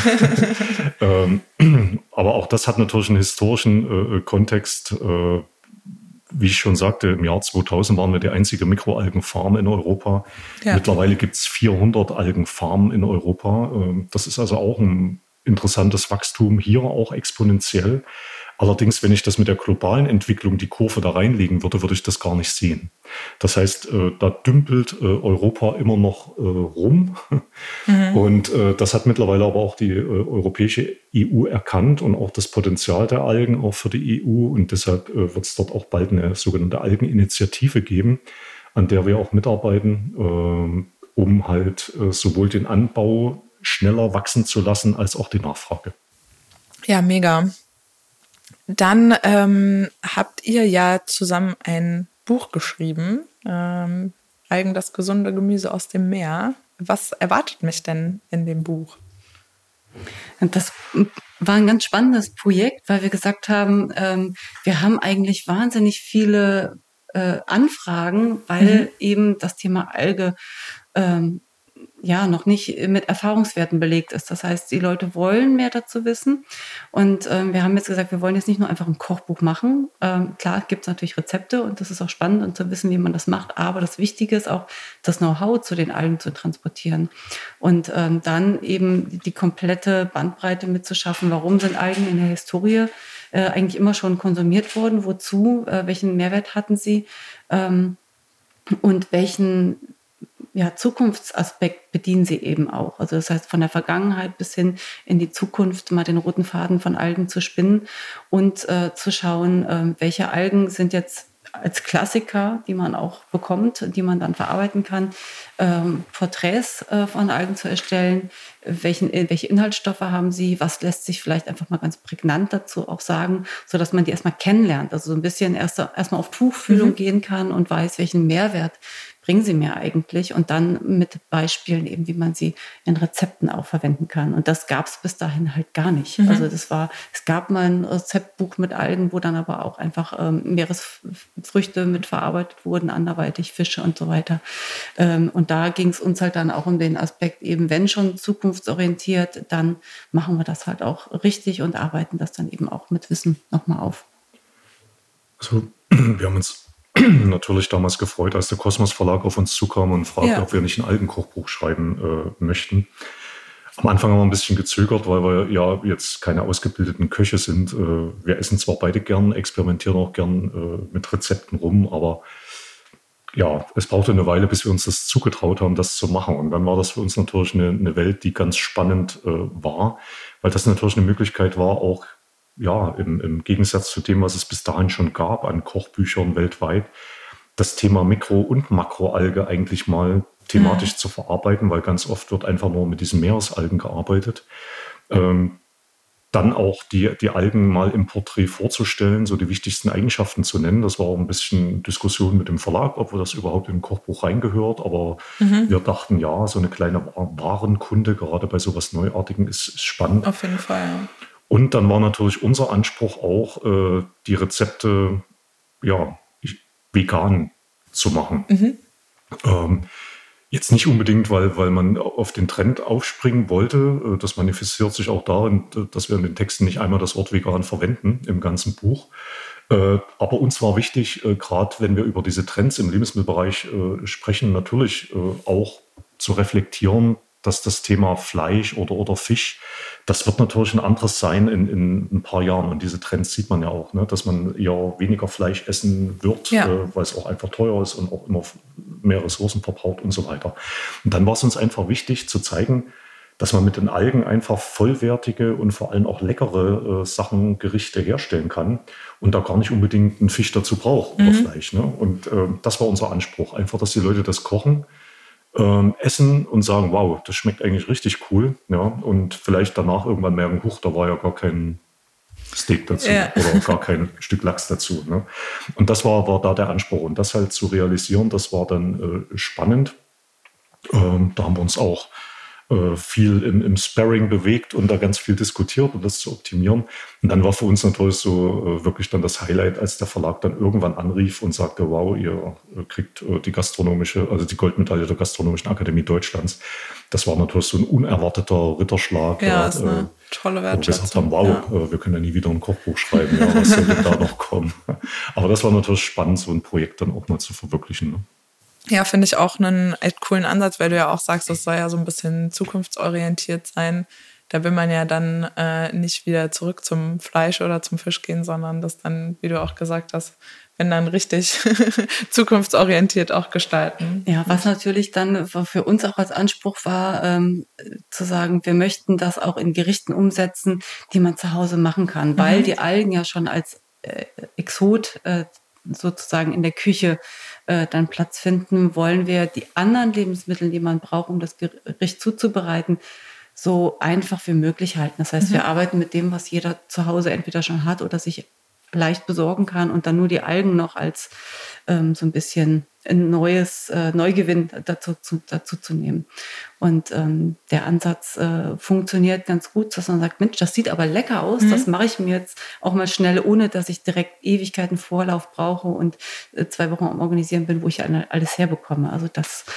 Aber auch das hat natürlich einen historischen Kontext. Wie ich schon sagte, im Jahr 2000 waren wir die einzige Mikroalgenfarm in Europa. Ja. Mittlerweile gibt es 400 Algenfarmen in Europa. Das ist also auch ein interessantes Wachstum, hier auch exponentiell. Allerdings, wenn ich das mit der globalen Entwicklung, die Kurve da reinlegen würde, würde ich das gar nicht sehen. Das heißt, da dümpelt Europa immer noch rum. Und das hat mittlerweile aber auch die europäische EU erkannt und auch das Potenzial der Algen auch für die EU. Und deshalb wird es dort auch bald eine sogenannte Algeninitiative geben, an der wir auch mitarbeiten, um halt sowohl den Anbau schneller wachsen zu lassen, als auch die Nachfrage. Ja, mega. Dann habt ihr ja zusammen ein Buch geschrieben, Algen, das gesunde Gemüse aus dem Meer. Was erwartet mich denn in dem Buch? Das war ein ganz spannendes Projekt, weil wir gesagt haben, wir haben eigentlich wahnsinnig viele Anfragen, weil eben das Thema Alge noch nicht mit Erfahrungswerten belegt ist. Das heißt, die Leute wollen mehr dazu wissen. Und wir haben jetzt gesagt, wir wollen jetzt nicht nur einfach ein Kochbuch machen. Klar gibt es natürlich Rezepte und das ist auch spannend und zu wissen, wie man das macht. Aber das Wichtige ist auch, das Know-how zu den Algen zu transportieren. Und dann eben die komplette Bandbreite mitzuschaffen. Warum sind Algen in der Historie eigentlich immer schon konsumiert worden? Wozu? Welchen Mehrwert hatten sie? Und welchen Zukunftsaspekt bedienen sie eben auch. Also das heißt, von der Vergangenheit bis hin in die Zukunft mal den roten Faden von Algen zu spinnen und zu schauen, welche Algen sind jetzt als Klassiker, die man auch bekommt, die man dann verarbeiten kann, Porträts von Algen zu erstellen, welche Inhaltsstoffe haben sie, was lässt sich vielleicht einfach mal ganz prägnant dazu auch sagen, sodass man die erstmal kennenlernt, also so ein bisschen erstmal auf Tuchfühlung gehen kann und weiß, welchen Mehrwert bringen sie mir eigentlich und dann mit Beispielen eben, wie man sie in Rezepten auch verwenden kann. Und das gab es bis dahin halt gar nicht. Also es gab mal ein Rezeptbuch mit Algen, wo dann aber auch einfach Meeresfrüchte mit verarbeitet wurden, anderweitig Fische und so weiter. Und da ging es uns halt dann auch um den Aspekt eben, wenn schon zukunftsorientiert, dann machen wir das halt auch richtig und arbeiten das dann eben auch mit Wissen nochmal auf. Also wir haben uns natürlich damals gefreut, als der Kosmos Verlag auf uns zukam und fragte, ob wir nicht ein Algenkochbuch schreiben möchten. Am Anfang haben wir ein bisschen gezögert, weil wir ja jetzt keine ausgebildeten Köche sind. Wir essen zwar beide gern, experimentieren auch gern mit Rezepten rum, aber ja, es brauchte eine Weile, bis wir uns das zugetraut haben, das zu machen. Und dann war das für uns natürlich eine Welt, die ganz spannend war, weil das natürlich eine Möglichkeit war, auch ja, im Gegensatz zu dem, was es bis dahin schon gab an Kochbüchern weltweit, das Thema Mikro- und Makroalge eigentlich mal thematisch zu verarbeiten, weil ganz oft wird einfach nur mit diesen Meeresalgen gearbeitet. Dann auch die Algen mal im Porträt vorzustellen, so die wichtigsten Eigenschaften zu nennen. Das war auch ein bisschen Diskussion mit dem Verlag, ob das überhaupt in ein Kochbuch reingehört. Aber wir dachten, ja, so eine kleine Warenkunde, gerade bei sowas Neuartigen, ist spannend. Auf jeden Fall, ja. Und dann war natürlich unser Anspruch auch, die Rezepte ja, vegan zu machen. Jetzt nicht unbedingt, weil man auf den Trend aufspringen wollte. Das manifestiert sich auch darin, dass wir in den Texten nicht einmal das Wort vegan verwenden im ganzen Buch. Aber uns war wichtig, gerade wenn wir über diese Trends im Lebensmittelbereich sprechen, natürlich auch zu reflektieren, dass das Thema Fleisch oder Fisch, das wird natürlich ein anderes sein in ein paar Jahren. Und diese Trends sieht man ja auch, ne? Dass man eher weniger Fleisch essen wird, weil es auch einfach teuer ist und auch immer mehr Ressourcen verbraucht und so weiter. Und dann war es uns einfach wichtig zu zeigen, dass man mit den Algen einfach vollwertige und vor allem auch leckere Sachen, Gerichte herstellen kann und da gar nicht unbedingt einen Fisch dazu braucht oder Fleisch. Ne? Und das war unser Anspruch, einfach, dass die Leute das kochen, essen und sagen, wow, das schmeckt eigentlich richtig cool. Ja? Und vielleicht danach irgendwann merken, huch, da war ja gar kein Steak dazu oder gar kein Stück Lachs dazu. Ne? Und das war da der Anspruch. Und das halt zu realisieren, das war dann spannend. Da haben wir uns auch viel im Sparring bewegt und da ganz viel diskutiert, um das zu optimieren. Und dann war für uns natürlich so wirklich dann das Highlight, als der Verlag dann irgendwann anrief und sagte, wow, ihr kriegt die Goldmedaille der Gastronomischen Akademie Deutschlands. Das war natürlich so ein unerwarteter Ritterschlag. Ja, ist eine tolle Wertschätzung. Wo wir gesagt haben, wow, wir können ja nie wieder ein Kochbuch schreiben. Ja, was soll denn da noch kommen? Aber das war natürlich spannend, so ein Projekt dann auch mal zu verwirklichen. Ne? Ja, finde ich auch einen echt coolen Ansatz, weil du ja auch sagst, das soll ja so ein bisschen zukunftsorientiert sein. Da will man ja dann nicht wieder zurück zum Fleisch oder zum Fisch gehen, sondern das dann, wie du auch gesagt hast, wenn dann richtig zukunftsorientiert auch gestalten. Ja, was natürlich dann für uns auch als Anspruch war, zu sagen, wir möchten das auch in Gerichten umsetzen, die man zu Hause machen kann, weil die Algen ja schon als Exot sozusagen in der Küche dann Platz finden, wollen wir die anderen Lebensmittel, die man braucht, um das Gericht zuzubereiten, so einfach wie möglich halten. Das heißt, wir arbeiten mit dem, was jeder zu Hause entweder schon hat oder sich leicht besorgen kann und dann nur die Algen noch als so ein bisschen ein Neugewinn dazu zu nehmen. Und der Ansatz funktioniert ganz gut, dass man sagt, Mensch, das sieht aber lecker aus, das mache ich mir jetzt auch mal schnell, ohne dass ich direkt Ewigkeiten Vorlauf brauche und 2 Wochen am Organisieren bin, wo ich alles herbekomme. Also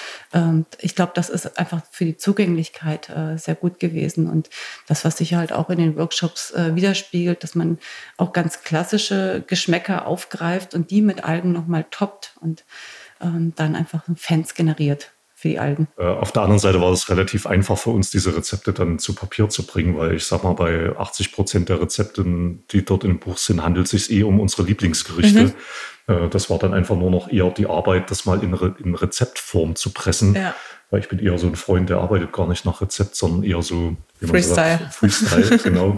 ich glaube, das ist einfach für die Zugänglichkeit sehr gut gewesen und das, was sich halt auch in den Workshops widerspiegelt, dass man auch ganz klassische Geschmäcker aufgreift und die mit Algen nochmal toppt und dann einfach Fans generiert für die Algen. Auf der anderen Seite war es relativ einfach für uns, diese Rezepte dann zu Papier zu bringen, weil ich sag mal, bei 80% der Rezepte, die dort im Buch sind, handelt es sich um unsere Lieblingsgerichte. Das war dann einfach nur noch eher die Arbeit, das mal in Rezeptform zu pressen. Ja. Weil ich bin eher so ein Freund, der arbeitet gar nicht nach Rezept, sondern eher so, wie man sagt, Freestyle, genau.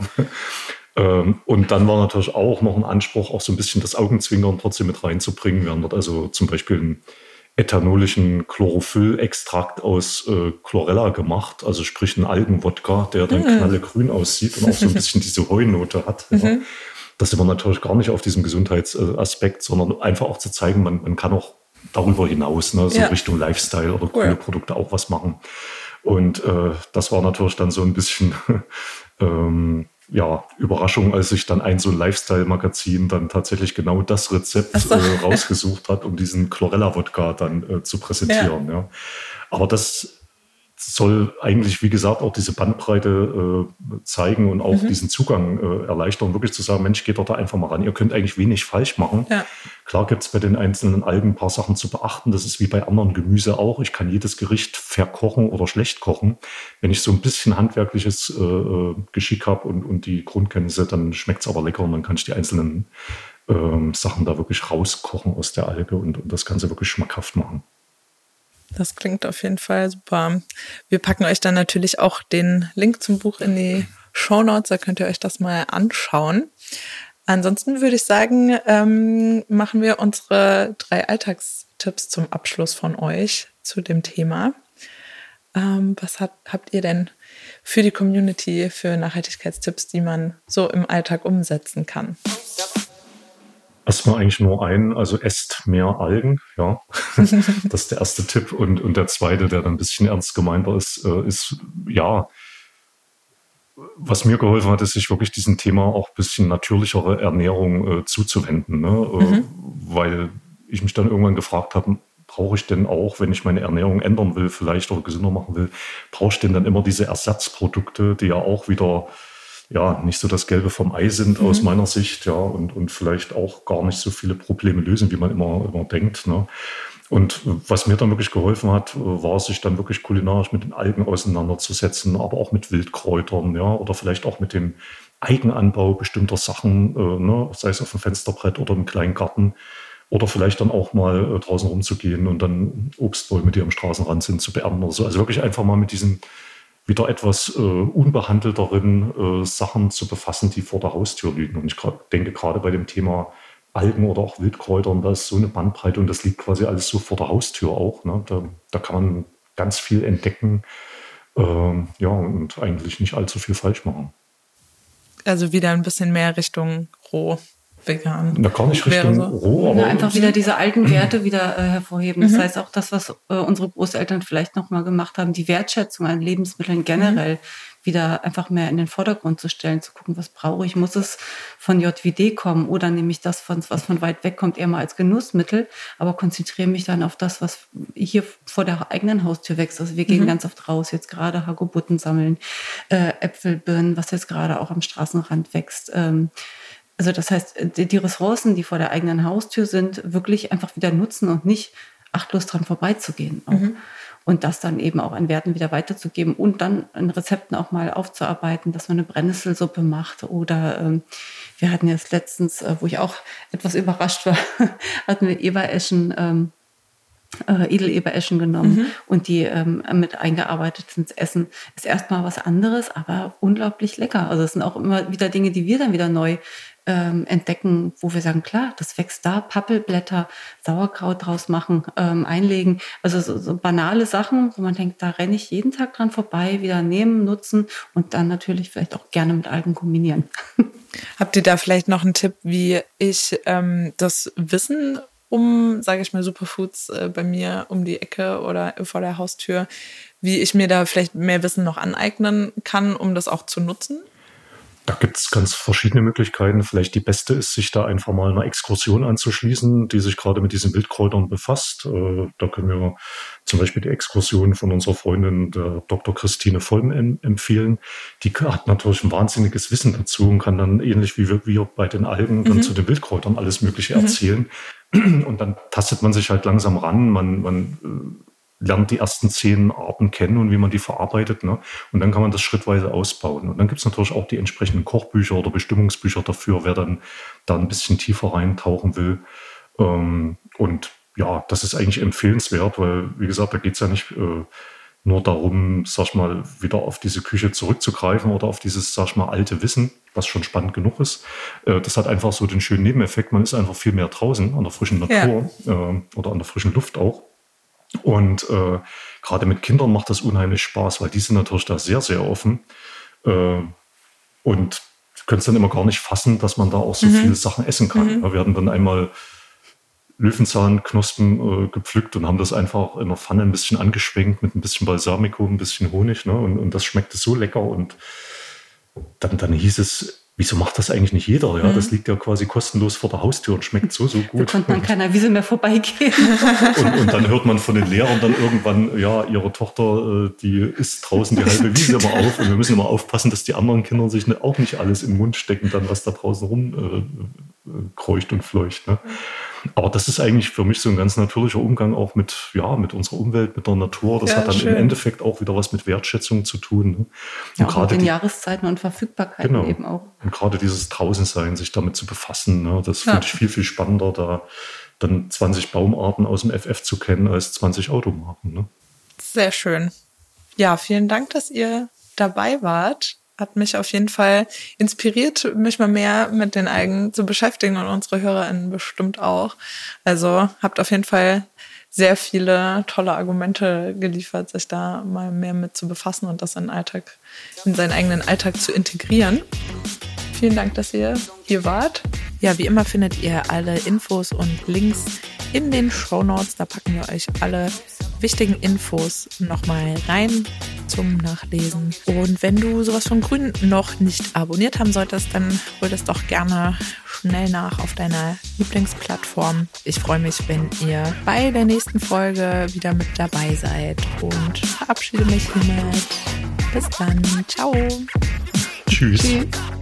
Und dann war natürlich auch noch ein Anspruch, auch so ein bisschen das Augenzwinkern trotzdem mit reinzubringen. Wir haben dort also zum Beispiel einen ethanolischen Chlorophyll-Extrakt aus Chlorella gemacht, also sprich einen Algenwodka, der dann knallegrün aussieht und auch so ein bisschen diese Heunote hat. Ja. Das sind wir natürlich gar nicht auf diesem Gesundheitsaspekt, sondern einfach auch zu zeigen, man kann auch darüber hinaus, ne, so Richtung Lifestyle oder coole Produkte auch was machen. Und das war natürlich dann so ein bisschen Überraschung, als sich dann so ein Lifestyle-Magazin dann tatsächlich genau das Rezept rausgesucht hat, um diesen Chlorella-Wodka dann zu präsentieren. Ja. Aber das soll eigentlich, wie gesagt, auch diese Bandbreite zeigen und auch diesen Zugang erleichtern, wirklich zu sagen, Mensch, geht doch da einfach mal ran. Ihr könnt eigentlich wenig falsch machen. Ja. Klar gibt es bei den einzelnen Algen ein paar Sachen zu beachten. Das ist wie bei anderen Gemüse auch. Ich kann jedes Gericht verkochen oder schlecht kochen. Wenn ich so ein bisschen handwerkliches Geschick habe und die Grundkenntnisse, dann schmeckt es aber lecker und dann kann ich die einzelnen Sachen da wirklich rauskochen aus der Alge und das Ganze wirklich schmackhaft machen. Das klingt auf jeden Fall super. Wir packen euch dann natürlich auch den Link zum Buch in die Shownotes, da könnt ihr euch das mal anschauen. Ansonsten würde ich sagen, machen wir unsere 3 Alltagstipps zum Abschluss von euch zu dem Thema. Was habt ihr denn für die Community für Nachhaltigkeitstipps, die man so im Alltag umsetzen kann? Erstmal eigentlich nur also esst mehr Algen, ja. Das ist der erste Tipp. Und der zweite, der dann ein bisschen ernst gemeinter ist, ja, was mir geholfen hat, ist, sich wirklich diesem Thema auch ein bisschen natürlichere Ernährung zuzuwenden. Ne? Weil ich mich dann irgendwann gefragt habe, brauche ich denn auch, wenn ich meine Ernährung ändern will, vielleicht oder gesünder machen will, brauche ich denn dann immer diese Ersatzprodukte, die ja auch wieder nicht so das Gelbe vom Ei sind aus meiner Sicht, ja, und vielleicht auch gar nicht so viele Probleme lösen, wie man immer denkt. Ne? Und was mir dann wirklich geholfen hat, war, sich dann wirklich kulinarisch mit den Algen auseinanderzusetzen, aber auch mit Wildkräutern, ja, oder vielleicht auch mit dem Eigenanbau bestimmter Sachen, ne, sei es auf dem Fensterbrett oder im kleinen Garten, oder vielleicht dann auch mal draußen rumzugehen und dann Obstbäume, die am Straßenrand sind, zu beernten oder so. Also wirklich einfach mal mit diesen wieder etwas unbehandelteren Sachen zu befassen, die vor der Haustür liegen. Und ich denke gerade bei dem Thema Algen oder auch Wildkräutern, da ist so eine Bandbreite und das liegt quasi alles so vor der Haustür auch. Ne? Da kann man ganz viel entdecken und eigentlich nicht allzu viel falsch machen. Also wieder ein bisschen mehr Richtung roh. Vegan. Na, gar nicht Richtung roh, aber einfach wieder diese alten Werte wieder hervorheben. Das heißt auch das, was unsere Großeltern vielleicht nochmal gemacht haben, die Wertschätzung an Lebensmitteln generell wieder einfach mehr in den Vordergrund zu stellen, zu gucken, was brauche ich, muss es von JWD kommen oder nehme ich das, was von weit weg kommt, eher mal als Genussmittel, aber konzentriere mich dann auf das, was hier vor der eigenen Haustür wächst. Also wir gehen ganz oft raus, jetzt gerade Hagebutten sammeln, Äpfel, Birnen, was jetzt gerade auch am Straßenrand wächst. Also das heißt, die Ressourcen, die vor der eigenen Haustür sind, wirklich einfach wieder nutzen und nicht achtlos dran vorbeizugehen. Und das dann eben auch an Werten wieder weiterzugeben und dann in Rezepten auch mal aufzuarbeiten, dass man eine Brennnesselsuppe macht. Oder wir hatten jetzt letztens, wo ich auch etwas überrascht war, hatten wir Edelebereschen genommen und die mit eingearbeitet ins Essen. Ist erstmal was anderes, aber unglaublich lecker. Also es sind auch immer wieder Dinge, die wir dann wieder neu entdecken, wo wir sagen, klar, das wächst da, Pappelblätter, Sauerkraut draus machen, einlegen. Also so banale Sachen, wo man denkt, da renne ich jeden Tag dran vorbei, wieder nehmen, nutzen und dann natürlich vielleicht auch gerne mit Algen kombinieren. Habt ihr da vielleicht noch einen Tipp, wie ich das Wissen sage ich mal, Superfoods bei mir um die Ecke oder vor der Haustür, wie ich mir da vielleicht mehr Wissen noch aneignen kann, um das auch zu nutzen? Da gibt es ganz verschiedene Möglichkeiten. Vielleicht die beste ist, sich da einfach mal einer Exkursion anzuschließen, die sich gerade mit diesen Wildkräutern befasst. Da können wir zum Beispiel die Exkursion von unserer Freundin, der Dr. Christine Vollm, empfehlen. Die hat natürlich ein wahnsinniges Wissen dazu und kann dann ähnlich wie wir bei den Algen dann zu den Wildkräutern alles Mögliche erzählen. Und dann tastet man sich halt langsam ran. Man lernt die ersten 10 Arten kennen und wie man die verarbeitet. Ne? Und dann kann man das schrittweise ausbauen. Und dann gibt es natürlich auch die entsprechenden Kochbücher oder Bestimmungsbücher dafür, wer dann da ein bisschen tiefer reintauchen will. Und ja, das ist eigentlich empfehlenswert, weil, wie gesagt, da geht es ja nicht nur darum, sag ich mal, wieder auf diese Küche zurückzugreifen oder auf dieses, sag ich mal, alte Wissen, was schon spannend genug ist. Das hat einfach so den schönen Nebeneffekt, man ist einfach viel mehr draußen an der frischen Natur oder an der frischen Luft auch. Und gerade mit Kindern macht das unheimlich Spaß, weil die sind natürlich da sehr, sehr offen und können es dann immer gar nicht fassen, dass man da auch so viele Sachen essen kann. Wir hatten dann einmal Löwenzahnknospen gepflückt und haben das einfach in der Pfanne ein bisschen angeschwenkt mit ein bisschen Balsamico, ein bisschen Honig. Ne? Und das schmeckte so lecker. Und dann hieß es, wieso macht das eigentlich nicht jeder? Ja, das liegt ja quasi kostenlos vor der Haustür und schmeckt so gut. Da konnte man keiner Wiese mehr vorbeigehen. Und dann hört man von den Lehrern dann irgendwann, ja, ihre Tochter, die isst draußen die halbe Wiese immer auf und wir müssen immer aufpassen, dass die anderen Kinder sich auch nicht alles in den Mund stecken, dann was da draußen rumkreucht und fleucht. Ne? Aber das ist eigentlich für mich so ein ganz natürlicher Umgang auch mit unserer Umwelt, mit der Natur. Das hat dann schön. Im Endeffekt auch wieder was mit Wertschätzung zu tun. Ne? Ja, auch mit den Jahreszeiten und Verfügbarkeiten eben auch. Und gerade dieses Draußensein, sich damit zu befassen, ne? Das finde ich viel, viel spannender, da dann 20 Baumarten aus dem FF zu kennen, als 20 Automarken. Ne? Sehr schön. Ja, vielen Dank, dass ihr dabei wart. Hat mich auf jeden Fall inspiriert, mich mal mehr mit den Algen zu beschäftigen und unsere HörerInnen bestimmt auch. Also habt auf jeden Fall sehr viele tolle Argumente geliefert, sich da mal mehr mit zu befassen und das in seinen eigenen Alltag zu integrieren. Vielen Dank, dass ihr hier wart. Ja, wie immer findet ihr alle Infos und Links in den Shownotes. Da packen wir euch alle wichtigen Infos nochmal rein zum Nachlesen. Und wenn du sowas von Grün noch nicht abonniert haben solltest, dann hol das doch gerne schnell nach auf deiner Lieblingsplattform. Ich freue mich, wenn ihr bei der nächsten Folge wieder mit dabei seid und verabschiede mich hiermit. Bis dann. Ciao. Tschüss.